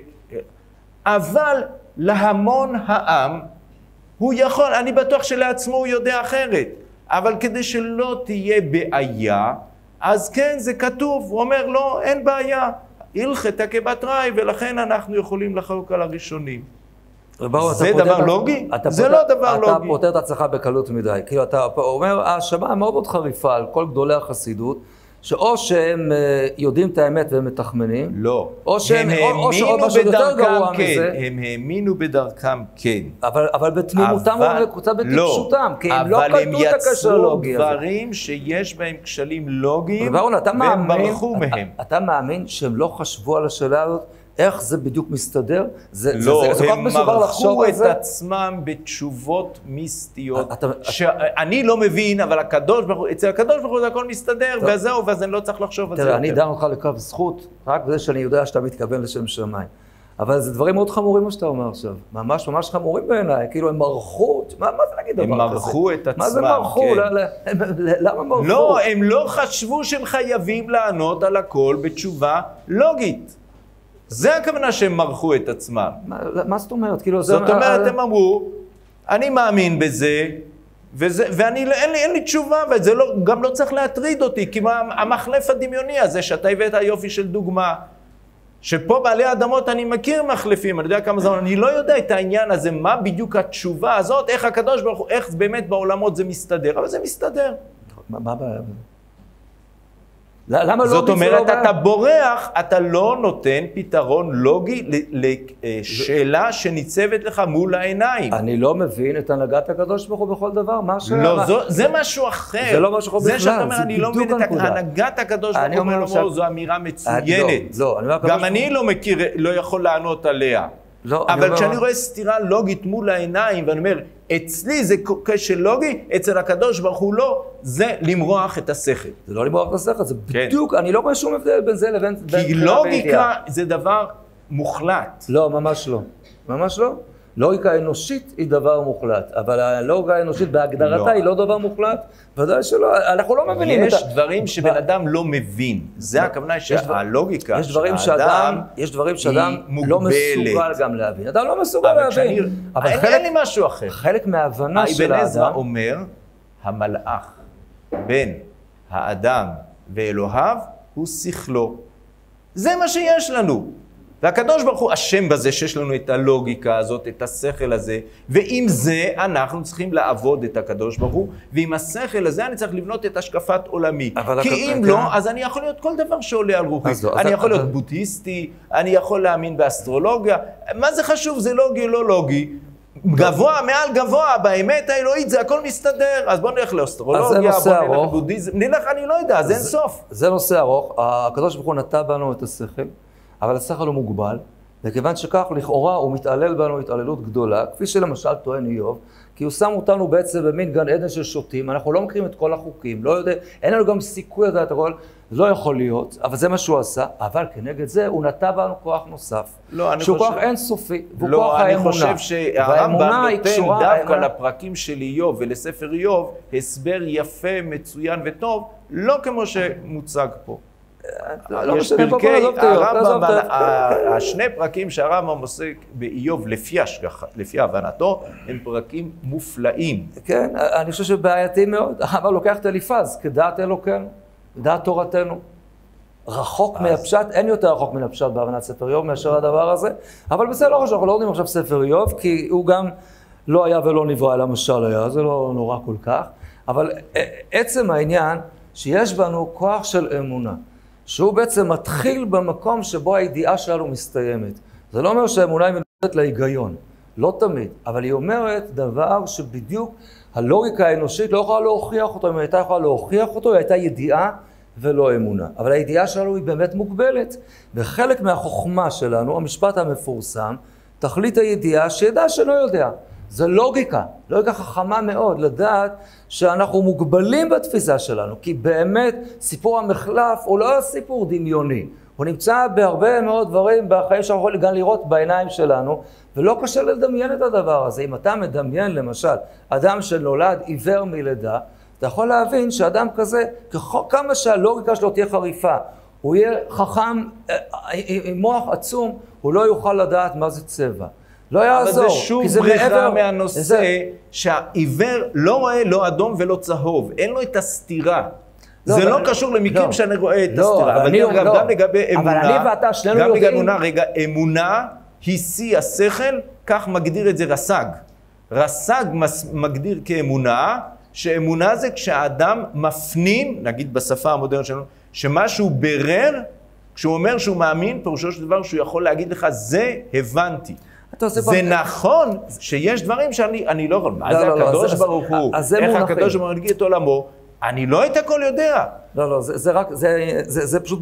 C: אבל להמון העם הוא יכול, אני בטוח שלעצמו הוא יודע אחרת, אבל כדי שלא תהיה בעיה, אז כן זה כתוב, הוא אומר לא, אין בעיה, הלכתה כבתראי, ולכן אנחנו יכולים לחלוק על הראשונים. זה דבר לוגי? זה לא דבר לוגי.
D: אתה פותר את עצמך בקלות מדי. כאילו אתה אומר, ההאשמה מאוד מאוד חריפה על כל גדולי החסידות, שאו שהם יודעים את האמת והם מתחמנים,
C: לא.
D: או שהם, או שעוד משהו יותר גרוע מזה.
C: הם האמינו בדרכם, כן.
D: אבל בתמימותם וקוצה בטיפשותם, כי הם לא קלטו את הקשר הלוגי הזה.
C: אבל הם יצרו דברים שיש בהם כשלים לוגיים,
D: והם
C: ברחו מהם.
D: אתה מאמין שהם לא חשבו על השאלה הזאת? איך זה בדיוק מסתדר? זה,
C: לא,
D: זה, זה, זה
C: הם מרחו את עצמם בתשובות מיסטיות, אתה, שאני לא מבין, אבל הקדוש ברוך הוא, אצל הקדוש ברוך הוא זה הכל מסתדר, טוב. וזהו, ואז אני לא צריך לחשוב על זה.
D: תראה, אני דן אותך לקו זכות, רק בזה שאני יודע שאתה מתכוון לשם שמיים. אבל זה דברים מאוד חמורים מה שאתה אומר עכשיו. ממש ממש חמורים בעיניי, כאילו הם מרחו, מה, מה זה להגיד דבר כזה?
C: הם מרחו את עצמם,
D: מה זה מרחו?
C: כן.
D: למה מרחו?
C: לא, הם לא חשבו שהם חייבים לענות על הכל בתשובה לוגית. זה הכוונה שהם מרחו את עצמם.
D: מה, מה זאת אומרת? כאילו,
C: זאת
D: זה...
C: אומרת, הם אמרו, אני מאמין בזה, וזה, ואני, אין לי, אין לי תשובה, וזה לא, גם לא צריך להטריד אותי, כי מה, המחלף הדמיוני הזה, שאתה הבאת היופי של דוגמה, שפה בעלי האדמות אני מכיר מחלפים, אני יודע כמה זמן, אני לא יודע את העניין הזה, מה בדיוק התשובה הזאת, איך הקדוש ברוך הוא, איך באמת בעולמות זה מסתדר, אבל זה מסתדר.
D: מה הבעיה? למה לא?
C: זאת אומרת, אתה בורח, אתה לא נותן פתרון לוגי לשאלה שניצבת לך מול העיניים.
D: אני לא מבין את הנהגת הקדוש ברוך הוא בכל דבר, מה ש...
C: לא, זה משהו אחר.
D: זה לא משהו אחר בכלל,
C: זה שאתה אומר, אני לא מבין את הנהגת הקדוש ברוך הוא, זו אמירה מצוינת. גם אני לא מכיר, לא יכול לענות עליה. אבל כשאני רואה סתירה לוגית מול העיניים, ואני אומר, אצלי זה כשל לוגי, אצל הקדוש ברוך הוא לא, זה למרוח את השכל.
D: זה לא למרוח את השכל, זה בדיוק, אני לא רואה שום הבדל בין זה לבין...
C: כי לוגיקה זה דבר מוחלט.
D: לא, ממש לא. ממש לא. לוגיקה אנושית היא דבר מוחלט, אבל הלוגיקה האנושית בהגדרתה היא לא דבר מוחלט, ודאי שלא, אנחנו לא מבינים.
C: יש דברים שבן אדם לא מבין, זה הכוונה שהלוגיקה של האדם
D: יש דברים שאדם לא מסוגל גם להבין. אדם לא מסוגל להבין.
C: אבל אין לי משהו אחר.
D: חלק מההבנה של האדם...
C: אבן עזרא אומר, המלאך בין האדם ואלוהיו הוא שכלו. זה מה שיש לנו. והקדוש ברוך הוא אשם בזה שיש לנו את הלוגיקה הזאת, את השכל הזה, ועם זה אנחנו צריכים לעבוד את הקדוש ברוך הוא, ועם השכל הזה אני צריך לבנות את השקפת עולמי. כי אם לא, אז אני יכול להיות כל דבר שעולה על רוחי. אני יכול להיות בודהיסטי, אני יכול להאמין באסטרולוגיה. מה זה חשוב? זה לוגי או לא לוגי? גבוה, מעל גבוה, באמת האלוהית, זה הכל מסתדר. אז בוא נלך לאסטרולוגיה, בוא נלך לבודהיזם. נלך, אני לא יודע, זה אין סוף.
D: זה נושא ארוך. הקדוש ברוך הוא נטע בנו את השכל. אבל השכל הוא מוגבל, וכיוון שכך לכאורה הוא מתעלל בנו התעללות גדולה, כפי שלמשל טוען איוב, כי הוא שם אותנו בעצם במין גן עדן של שוטים, אנחנו לא מכירים את כל החוקים, לא יודע, אין לנו גם סיכוי לדעת הכל, לא יכול להיות, אבל זה מה שהוא עשה, אבל כנגד זה הוא נטע בנו כוח נוסף,
C: לא,
D: שהוא
C: חושב...
D: כוח אינסופי, והוא
C: לא,
D: כוח האמונה.
C: לא, אני חושב שהרמב"ם נותן דווקא האמונה... לפרקים של איוב ולספר איוב, הסבר יפה, מצוין וטוב, לא כמו שמוצג פה. יש פרקי הרמב"ם, השני פרקים שהרמב"ם עוסק באיוב לפי הבנתו, הם פרקים מופלאים.
D: כן, אני חושב שבעייתי מאוד. הרמב"ם לוקח את אליפז כדעת אלוקינו, דעת תורתנו. רחוק מהפשט, אין יותר רחוק מן הפשט בהבנת ספר איוב מאשר הדבר הזה, אבל בסדר, לא חשוב, אנחנו לא יודעים עכשיו ספר איוב, כי הוא גם לא היה ולא נברא, אלא משל היה, זה לא נורא כל כך, אבל עצם העניין שיש בנו כוח של אמונה, שהוא בעצם מתחיל במקום שבו הידיעה שלנו מסתיימת. זה לא אומר שהאמונה היא מנוגדת להיגיון, לא תמיד, אבל היא אומרת דבר שבדיוק הלוגיקה האנושית לא יכולה להוכיח אותו, אם היא הייתה יכולה להוכיח אותו, היא הייתה ידיעה ולא אמונה. אבל הידיעה שלנו היא באמת מוגבלת, וחלק מהחוכמה שלנו, המשפט המפורסם, תכלית הידיעה שידע שלא יודע. זה לוגיקה, לוגיקה חכמה מאוד, לדעת שאנחנו מוגבלים בתפיסה שלנו, כי באמת סיפור המחלף הוא לא סיפור דמיוני, הוא נמצא בהרבה מאוד דברים בחיים שאנחנו יכולים גם לראות בעיניים שלנו, ולא קשה לדמיין את הדבר הזה. אם אתה מדמיין למשל אדם שנולד עיוור מלידה, אתה יכול להבין שאדם כזה, כמה שהלוגיקה שלו תהיה חריפה, הוא יהיה חכם עם מוח עצום, הוא לא יוכל לדעת מה זה צבע. לא יעזור.
C: אבל זה שוב בריחה מהנושא זה... שהעיוור לא רואה לא אדום ולא צהוב, אין לו את הסתירה. לא, זה לא קשור למקרים לא, שאני רואה את
D: לא,
C: הסתירה. אבל, אבל גם, לא. גם לגבי אמונה,
D: אבל אני ואתה שנינו יודעים...
C: גם לגבי רגע, אמונה היא שיא השכל, כך מגדיר את זה רס"ג. רס"ג מגדיר כאמונה, שאמונה זה כשהאדם מפנים, נגיד בשפה המודרנית שלנו, שמשהו ברר, כשהוא אומר שהוא מאמין, פירושו של דבר שהוא יכול להגיד לך, זה הבנתי. זה נכון שיש דברים שאני לא יכול, מה זה הקדוש ברוך הוא, איך הקדוש ברוך הוא נגיד את עולמו, אני לא את הכל יודע.
D: לא, לא, זה רק, זה פשוט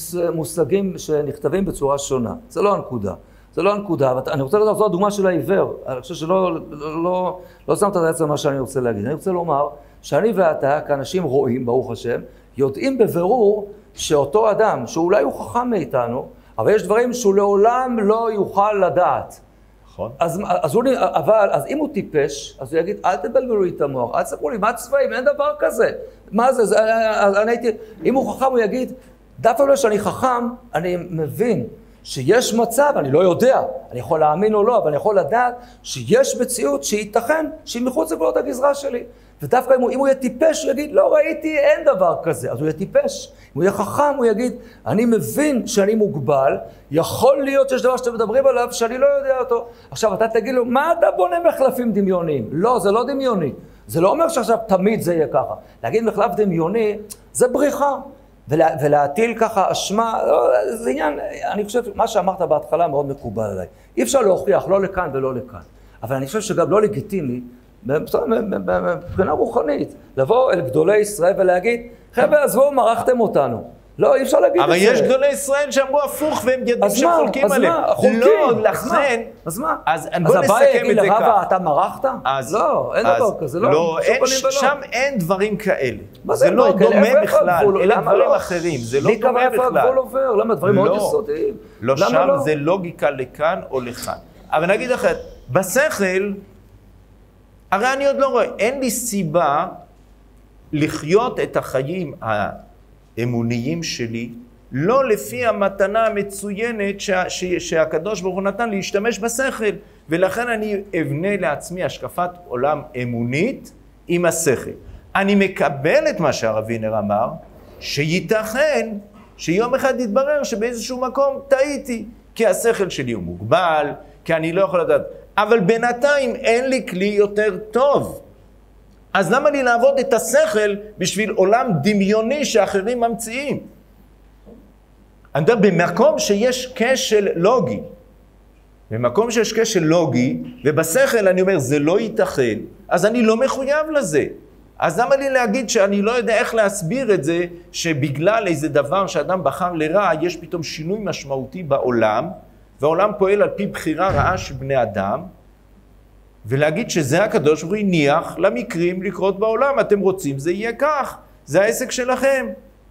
D: מושגים שנכתבים בצורה שונה, זה לא הנקודה. זה לא הנקודה, אבל אני רוצה לדעת, זו הדוגמה של העיוור, אני חושב שלא לא, לא שמת את עצם מה שאני רוצה להגיד. אני רוצה לומר שאני ואתה, כאנשים רואים, ברוך השם, יודעים בבירור שאותו אדם, שאולי הוא חכם מאיתנו, אבל יש דברים שהוא לעולם לא יוכל לדעת.
C: נכון.
D: אז, אז הוא, אבל, אז אם הוא טיפש, אז הוא יגיד, אל תבלבלו לי את המוח, אל תספרו לי, מה צבעים, אין דבר כזה. מה זה, זה אני הייתי, אם הוא חכם, הוא יגיד, דווקא לא שאני חכם, אני מבין שיש מצב, אני לא יודע, אני יכול להאמין או לא, אבל אני יכול לדעת שיש מציאות שייתכן שהיא מחוץ לגבולות הגזרה שלי. ודווקא אם הוא, אם הוא יהיה טיפש, הוא יגיד, לא ראיתי, אין דבר כזה. אז הוא יהיה טיפש. אם הוא יהיה חכם, הוא יגיד, אני מבין שאני מוגבל, יכול להיות שיש דבר שאתם מדברים עליו שאני לא יודע אותו. עכשיו, אתה תגיד לו, מה אתה בונה מחלפים דמיוניים? לא, זה לא דמיוני. זה לא אומר שעכשיו תמיד זה יהיה ככה. להגיד מחלף דמיוני, זה בריחה. ולה, ולהטיל ככה אשמה, לא, זה עניין, אני חושב, מה שאמרת בהתחלה מאוד מקובל עליי. אי אפשר להוכיח, לא לכאן ולא לכאן. אבל אני חושב שגם לא לגיטימי, מבחינה רוחנית, לבוא אל גדולי ישראל ולהגיד, חבר'ה, עזבו, מרחתם אותנו. לא, אי אפשר להגיד את זה.
C: אבל יש גדולי ישראל שאמרו הפוך, והם ידעו שחולקים עליהם.
D: אז מה? חולקים.
C: לא, לכן...
D: אז מה?
C: אז בוא נסכם את זה כך.
D: לרבה, אתה מרחת? לא, אין דבר כזה.
C: לא, שם אין דברים כאלה. זה לא דומה בכלל, אלה דברים אחרים. זה לא דומה בכלל.
D: איפה הגבול עובר? למה דברים מאוד יסודיים?
C: לא, שם זה לוגיקה לכאן או לכאן. אבל נגיד אחת, בשכל, הרי אני עוד לא רואה, אין לי סיבה לחיות את החיים האמוניים שלי, לא לפי המתנה המצוינת שה, שה, שהקדוש ברוך הוא נתן להשתמש בשכל, ולכן אני אבנה לעצמי השקפת עולם אמונית עם השכל. אני מקבל את מה שהרב וינר אמר, שייתכן שיום אחד יתברר שבאיזשהו מקום טעיתי, כי השכל שלי הוא מוגבל, כי אני לא יכול לדעת. אבל בינתיים אין לי כלי יותר טוב. אז למה לי לעבוד את השכל בשביל עולם דמיוני שאחרים ממציאים? אני יודע, במקום שיש כשל לוגי, במקום שיש כשל לוגי, ובשכל אני אומר, זה לא ייתכן, אז אני לא מחויב לזה. אז למה לי להגיד שאני לא יודע איך להסביר את זה, שבגלל איזה דבר שאדם בחר לרע, יש פתאום שינוי משמעותי בעולם, והעולם פועל על פי בחירה רעה של בני אדם, ולהגיד שזה הקדוש ברוך הוא הניח למקרים לקרות בעולם, אתם רוצים, זה יהיה כך, זה העסק שלכם.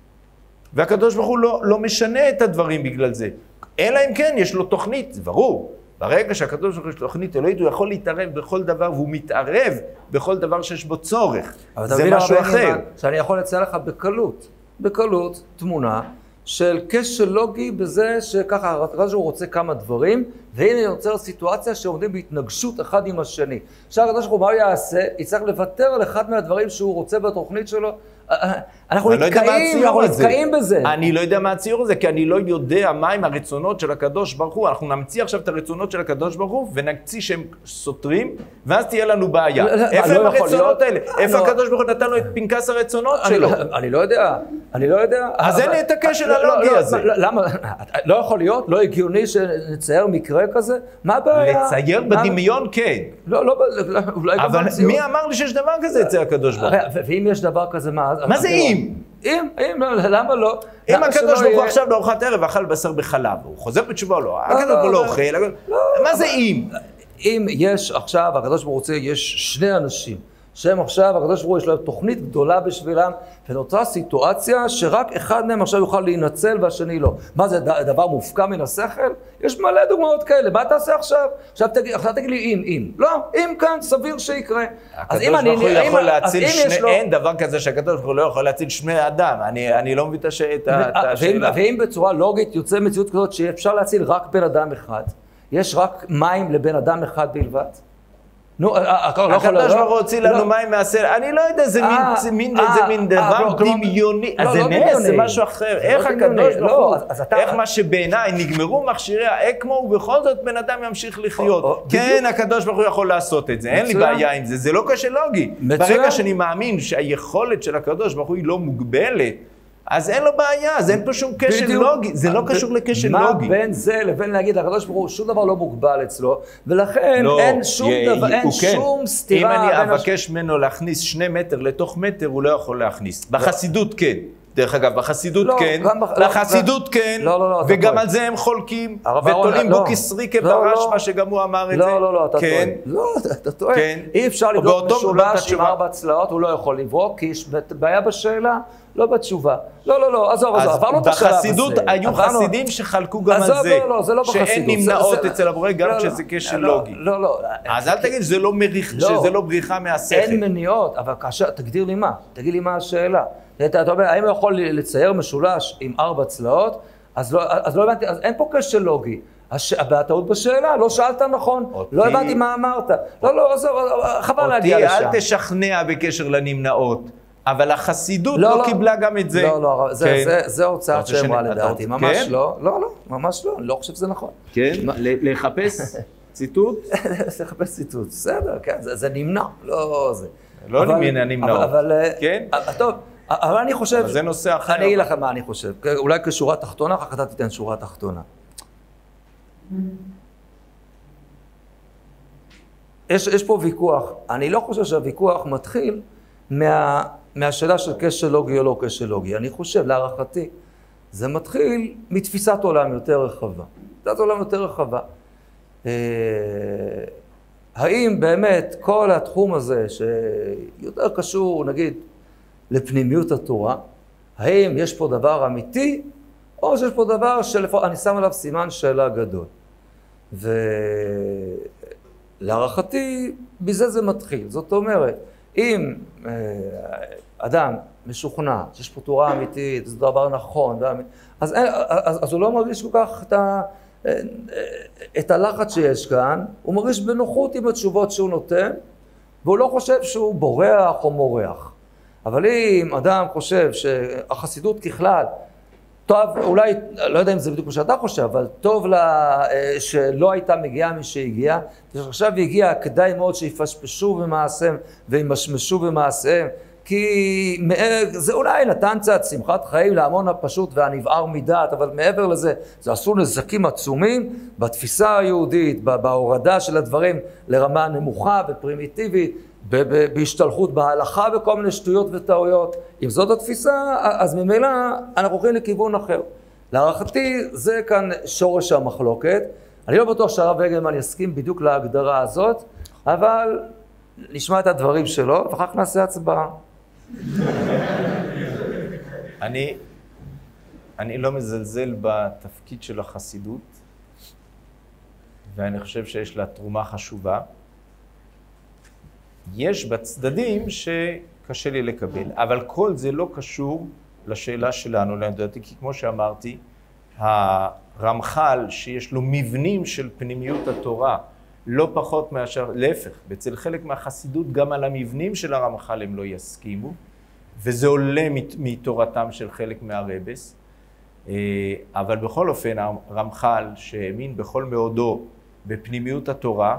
C: והקדוש ברוך הוא לא, לא משנה את הדברים בגלל זה. אלא אם כן, יש לו תוכנית, זה ברור. ברגע שהקדוש ברוך הוא יש לו תוכנית אלוהית, הוא יכול להתערב בכל דבר, והוא מתערב בכל דבר שיש בו צורך. זה משהו אחר.
D: שאני יכול לציין לך בקלות, בקלות, תמונה, של כשל לוגי בזה שככה הקדוש הוא רוצה כמה דברים, והנה יוצר סיטואציה שעומדים בהתנגשות אחד עם השני. עכשיו הקדוש הוא מה הוא יעשה? יצטרך לוותר על אחד מהדברים שהוא רוצה בתוכנית שלו. אנחנו נתקעים, אנחנו נתקעים בזה.
C: אני לא יודע מה הציור הזה, כי אני לא יודע מהם הרצונות של הקדוש ברוך הוא. אנחנו נמציא עכשיו את הרצונות של הקדוש ברוך הוא, ונקציא שהם סותרים, ואז תהיה לנו בעיה. איפה הם הרצונות האלה? איפה הקדוש ברוך הוא נתן לו את פנקס הרצונות שלו?
D: אני לא יודע, אני לא יודע.
C: אז אין לי את הקשר הלוגי הזה.
D: למה? לא יכול להיות, לא הגיוני שנצייר מקרה כזה? מה הבעיה?
C: לצייר בדמיון כן.
D: לא, לא, אולי גם
C: אבל מי אמר לי שיש דבר כזה אצל הקדוש ברוך הוא?
D: ואם יש דבר כזה, מה?
C: מה זה אם?
D: אם, אם, למה לא?
C: אם הקדוש ברוך הוא עכשיו לארוחת ערב אכל בשר בחלב, הוא חוזר בתשובה או לא? הקדוש ברוך הוא לא אוכל, מה זה אם?
D: אם יש עכשיו, הקדוש ברוך הוא רוצה, יש שני אנשים, שהם עכשיו, הקדוש ברוך הוא יש להם תוכנית גדולה בשבילם, ונוצרה סיטואציה שרק אחד מהם עכשיו יוכל להינצל והשני לא. מה זה, דבר מופקע מן השכל? יש מלא דוגמאות כאלה, מה תעשה עכשיו? עכשיו תגיד, עכשיו תגיד לי אם, אם. לא, אם כאן סביר שיקרה.
C: הקדוש ברוך הוא יכול להציל שני, אין דבר כזה שהקדוש ברוך הוא לא יכול להציל שני אדם. אני, אני לא מבין את השאלה.
D: ואם בצורה לוגית יוצא מציאות כזאת שאפשר להציל רק בן אדם אחד, יש רק מים לבן אדם אחד בלבד? נו,
C: הקדוש ברוך הוא הוציא לנו מים מהסלע, אני לא יודע, זה מין דבר דמיוני, אז זה נס, זה משהו אחר, איך הקדוש ברוך הוא, איך מה שבעיניי נגמרו מכשירי האקמו, ובכל זאת בן אדם ימשיך לחיות. כן, הקדוש ברוך הוא יכול לעשות את זה, אין לי בעיה עם זה, זה לא כשל לוגי. ברגע שאני מאמין שהיכולת של הקדוש ברוך הוא היא לא מוגבלת, אז אין לו בעיה, אז אין פה שום כשל לוגי, זה לא קשור לכשל לוגי.
D: מה בין זה לבין להגיד, הקדוש ברוך הוא, שום דבר לא מוגבל אצלו, ולכן אין שום דבר, אין שום סתירה.
C: אם אני אבקש ממנו להכניס שני מטר לתוך מטר, הוא לא יכול להכניס. בחסידות כן. דרך אגב, בחסידות כן, בחסידות כן, וגם על זה הם חולקים, ותולים בו כסרי כברש, מה שגם הוא אמר את זה.
D: לא, לא, לא, אתה טועה. לא, אתה טועה. אי אפשר לבדוק משולש עם ארבע צלעות, הוא לא יכול לברוק, כי יש בעיה בשאלה, לא בתשובה. לא, לא, לא, עזוב, עזוב, עברנו את השלב הזה.
C: בחסידות היו חסידים שחלקו גם על זה, שאין נמנעות אצל הבורא, גם כשזה כשל לוגי.
D: לא, לא.
C: אז אל תגיד שזה לא בריחה מהשכל.
D: אין מניעות, אבל כאשר, תגדיר לי מה, תגיד לי מה השאלה. אתה אומר, האם הוא יכול לצייר משולש עם ארבע צלעות? אז לא, אז לא הבנתי, אז אין פה כשל לוגי. הש... הטעות בשאלה, לא שאלת נכון,
C: אותי...
D: לא הבנתי מה אמרת. לא, לא, זה... חבל להגיע לשם.
C: אותי אל תשכנע בקשר לנמנעות, אבל החסידות
D: לא,
C: לא,
D: לא
C: קיבלה גם את זה.
D: לא, לא, זה,
C: כן.
D: זה, זה הוצאת שאמרה לדעתי, ממש
C: כן?
D: לא. לא, לא, ממש לא, אני לא חושב שזה נכון.
C: כן? לחפש ציטוט?
D: לחפש ציטוט, בסדר, כן, זה, זה נמנע, לא זה.
C: לא נמנע נמנעות.
D: אבל,
C: כן?
D: טוב, אבל אני חושב...
C: אבל זה נושא אחר.
D: אני אגיד לכם מה אני חושב. אולי כשורה תחתונה, אחר כך אתה תיתן שורה תחתונה. יש, יש פה ויכוח. אני לא חושב שהוויכוח מתחיל מה, מהשאלה של כשל לוגי או לא כשל לוגי. אני חושב, להערכתי, זה מתחיל מתפיסת עולם יותר רחבה. תפיסת עולם יותר רחבה. האם באמת כל התחום הזה שיותר קשור, נגיד, לפנימיות התורה, האם יש פה דבר אמיתי, או שיש פה דבר שאני שם עליו סימן שאלה גדול. ולהערכתי, בזה זה מתחיל. זאת אומרת, אם אדם משוכנע שיש פה תורה אמיתית, זה דבר נכון, אז, אז, אז הוא לא מרגיש כל כך את, ה, את הלחץ שיש כאן, הוא מרגיש בנוחות עם התשובות שהוא נותן, והוא לא חושב שהוא בורח או מורח. אבל אם אדם חושב שהחסידות ככלל, טוב, אולי, לא יודע אם זה בדיוק מה שאתה חושב, אבל טוב לה שלא הייתה מגיעה מי שהגיעה, ועכשיו הגיעה, כדאי מאוד שיפשפשו במעשיהם וימשמשו במעשיהם, כי זה אולי נתן קצת שמחת חיים להמון הפשוט והנבער מדעת, אבל מעבר לזה, זה עשו נזקים עצומים בתפיסה היהודית, בהורדה של הדברים לרמה נמוכה ופרימיטיבית, בהשתלחות בהלכה וכל מיני שטויות וטעויות. אם זאת התפיסה, אז ממילא אנחנו הולכים לכיוון אחר. להערכתי, זה כאן שורש המחלוקת. אני לא בטוח שהרב וגלמן יסכים בדיוק להגדרה הזאת, אבל נשמע את הדברים שלו, ואחר כך נעשה הצבעה.
C: אני, אני לא מזלזל בתפקיד של החסידות, ואני חושב שיש לה תרומה חשובה. יש בצדדים שקשה לי לקבל, אבל כל זה לא קשור לשאלה שלנו, לדעתי, כי כמו שאמרתי, הרמח"ל שיש לו מבנים של פנימיות התורה, לא פחות מאשר, להפך, בצל חלק מהחסידות גם על המבנים של הרמח"ל הם לא יסכימו, וזה עולה מתורתם של חלק מהרבס, אבל בכל אופן הרמח"ל שהאמין בכל מאודו בפנימיות התורה,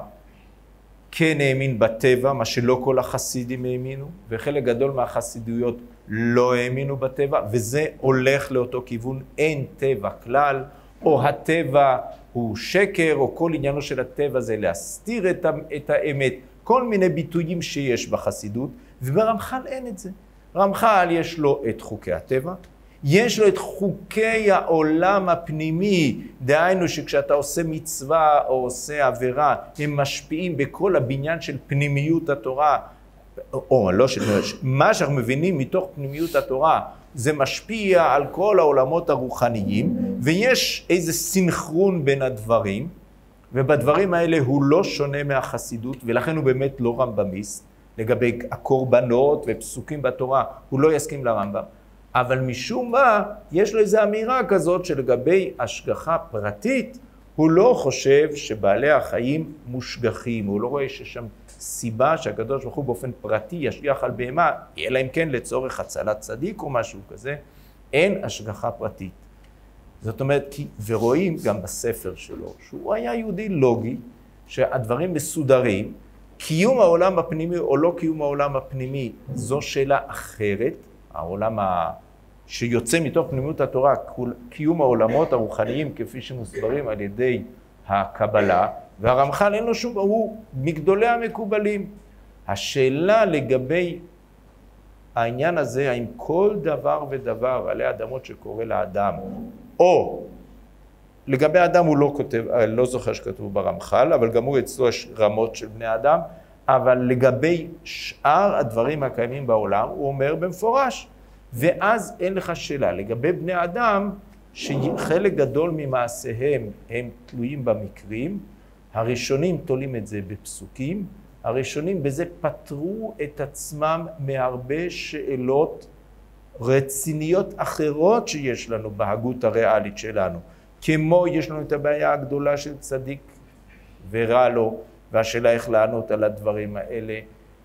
C: כן האמין בטבע, מה שלא כל החסידים האמינו, וחלק גדול מהחסידויות לא האמינו בטבע, וזה הולך לאותו כיוון, אין טבע כלל, או הטבע הוא שקר, או כל עניינו של הטבע זה להסתיר את, את האמת, כל מיני ביטויים שיש בחסידות, וברמח"ל אין את זה. רמח"ל יש לו את חוקי הטבע, יש לו את חוקי העולם הפנימי, דהיינו שכשאתה עושה מצווה או עושה עבירה, הם משפיעים בכל הבניין של פנימיות התורה, או לא, מה שאנחנו מבינים מתוך פנימיות התורה, זה משפיע על כל העולמות הרוחניים, ויש איזה סינכרון בין הדברים, ובדברים האלה הוא לא שונה מהחסידות, ולכן הוא באמת לא רמב"מיסט, לגבי הקורבנות ופסוקים בתורה, הוא לא יסכים לרמב"ם. אבל משום מה, יש לו איזו אמירה כזאת שלגבי השגחה פרטית, הוא לא חושב שבעלי החיים מושגחים, הוא לא רואה ששם סיבה שהקדוש ברוך הוא באופן פרטי ישגיח על בהמה, אלא אם כן לצורך הצלת צדיק או משהו כזה, אין השגחה פרטית. זאת אומרת, ורואים גם בספר שלו, שהוא היה יהודי לוגי, שהדברים מסודרים, קיום העולם הפנימי או לא קיום העולם הפנימי, זו שאלה אחרת, העולם ה... שיוצא מתוך פנימיות התורה, קיום העולמות הרוחניים כפי שמוסברים על ידי הקבלה, והרמח"ל אין לו שום, הוא מגדולי המקובלים. השאלה לגבי העניין הזה, האם כל דבר ודבר עלי אדמות שקורה לאדם, או לגבי האדם הוא לא כותב, לא זוכר שכתוב ברמח"ל, אבל גם הוא אצלו יש רמות של בני אדם, אבל לגבי שאר הדברים הקיימים בעולם, הוא אומר במפורש, ואז אין לך שאלה. לגבי בני אדם, שחלק גדול ממעשיהם הם תלויים במקרים, הראשונים תולים את זה בפסוקים, הראשונים בזה פתרו את עצמם מהרבה שאלות רציניות אחרות שיש לנו בהגות הריאלית שלנו. כמו יש לנו את הבעיה הגדולה של צדיק ורע לו, והשאלה איך לענות על הדברים האלה.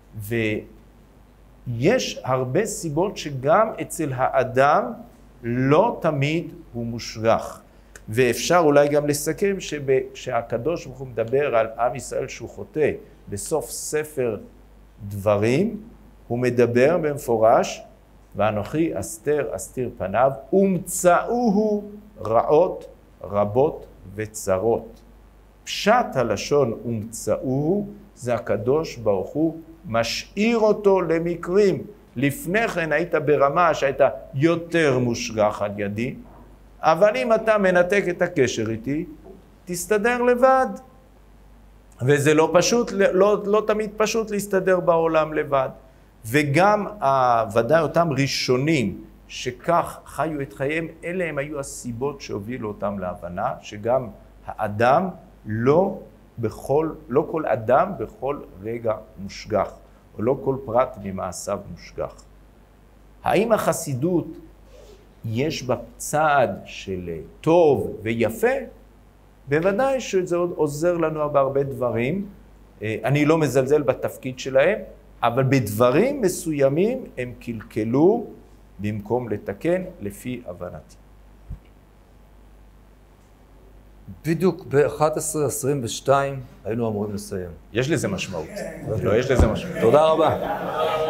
C: ויש הרבה סיבות שגם אצל האדם לא תמיד הוא מושגח. ואפשר אולי גם לסכם שכשהקדוש ברוך הוא מדבר על עם ישראל שהוא חוטא, בסוף ספר דברים, הוא מדבר במפורש, ואנוכי אסתר אסתיר פניו, ומצאוהו רעות רבות וצרות. פשט הלשון ומצאוהו, זה הקדוש ברוך הוא משאיר אותו למקרים. לפני כן היית ברמה שהיית יותר מושגח על ידי, אבל אם אתה מנתק את הקשר איתי, תסתדר לבד. וזה לא פשוט, לא, לא תמיד פשוט להסתדר בעולם לבד. וגם ודאי אותם ראשונים שכך חיו את חייהם, אלה הם היו הסיבות שהובילו אותם להבנה, שגם האדם לא בכל, לא כל אדם בכל רגע מושגח, או לא כל פרט ממעשיו מושגח. האם החסידות יש בה צעד של טוב ויפה? בוודאי שזה עוד עוזר לנו בהרבה דברים. אני לא מזלזל בתפקיד שלהם, אבל בדברים מסוימים הם קלקלו במקום לתקן לפי הבנתי.
D: בדיוק ב-אחת עשרה עשרים ושתיים היינו אמורים לסיים.
C: יש לזה משמעות. לא, יש לזה משמעות.
D: תודה רבה.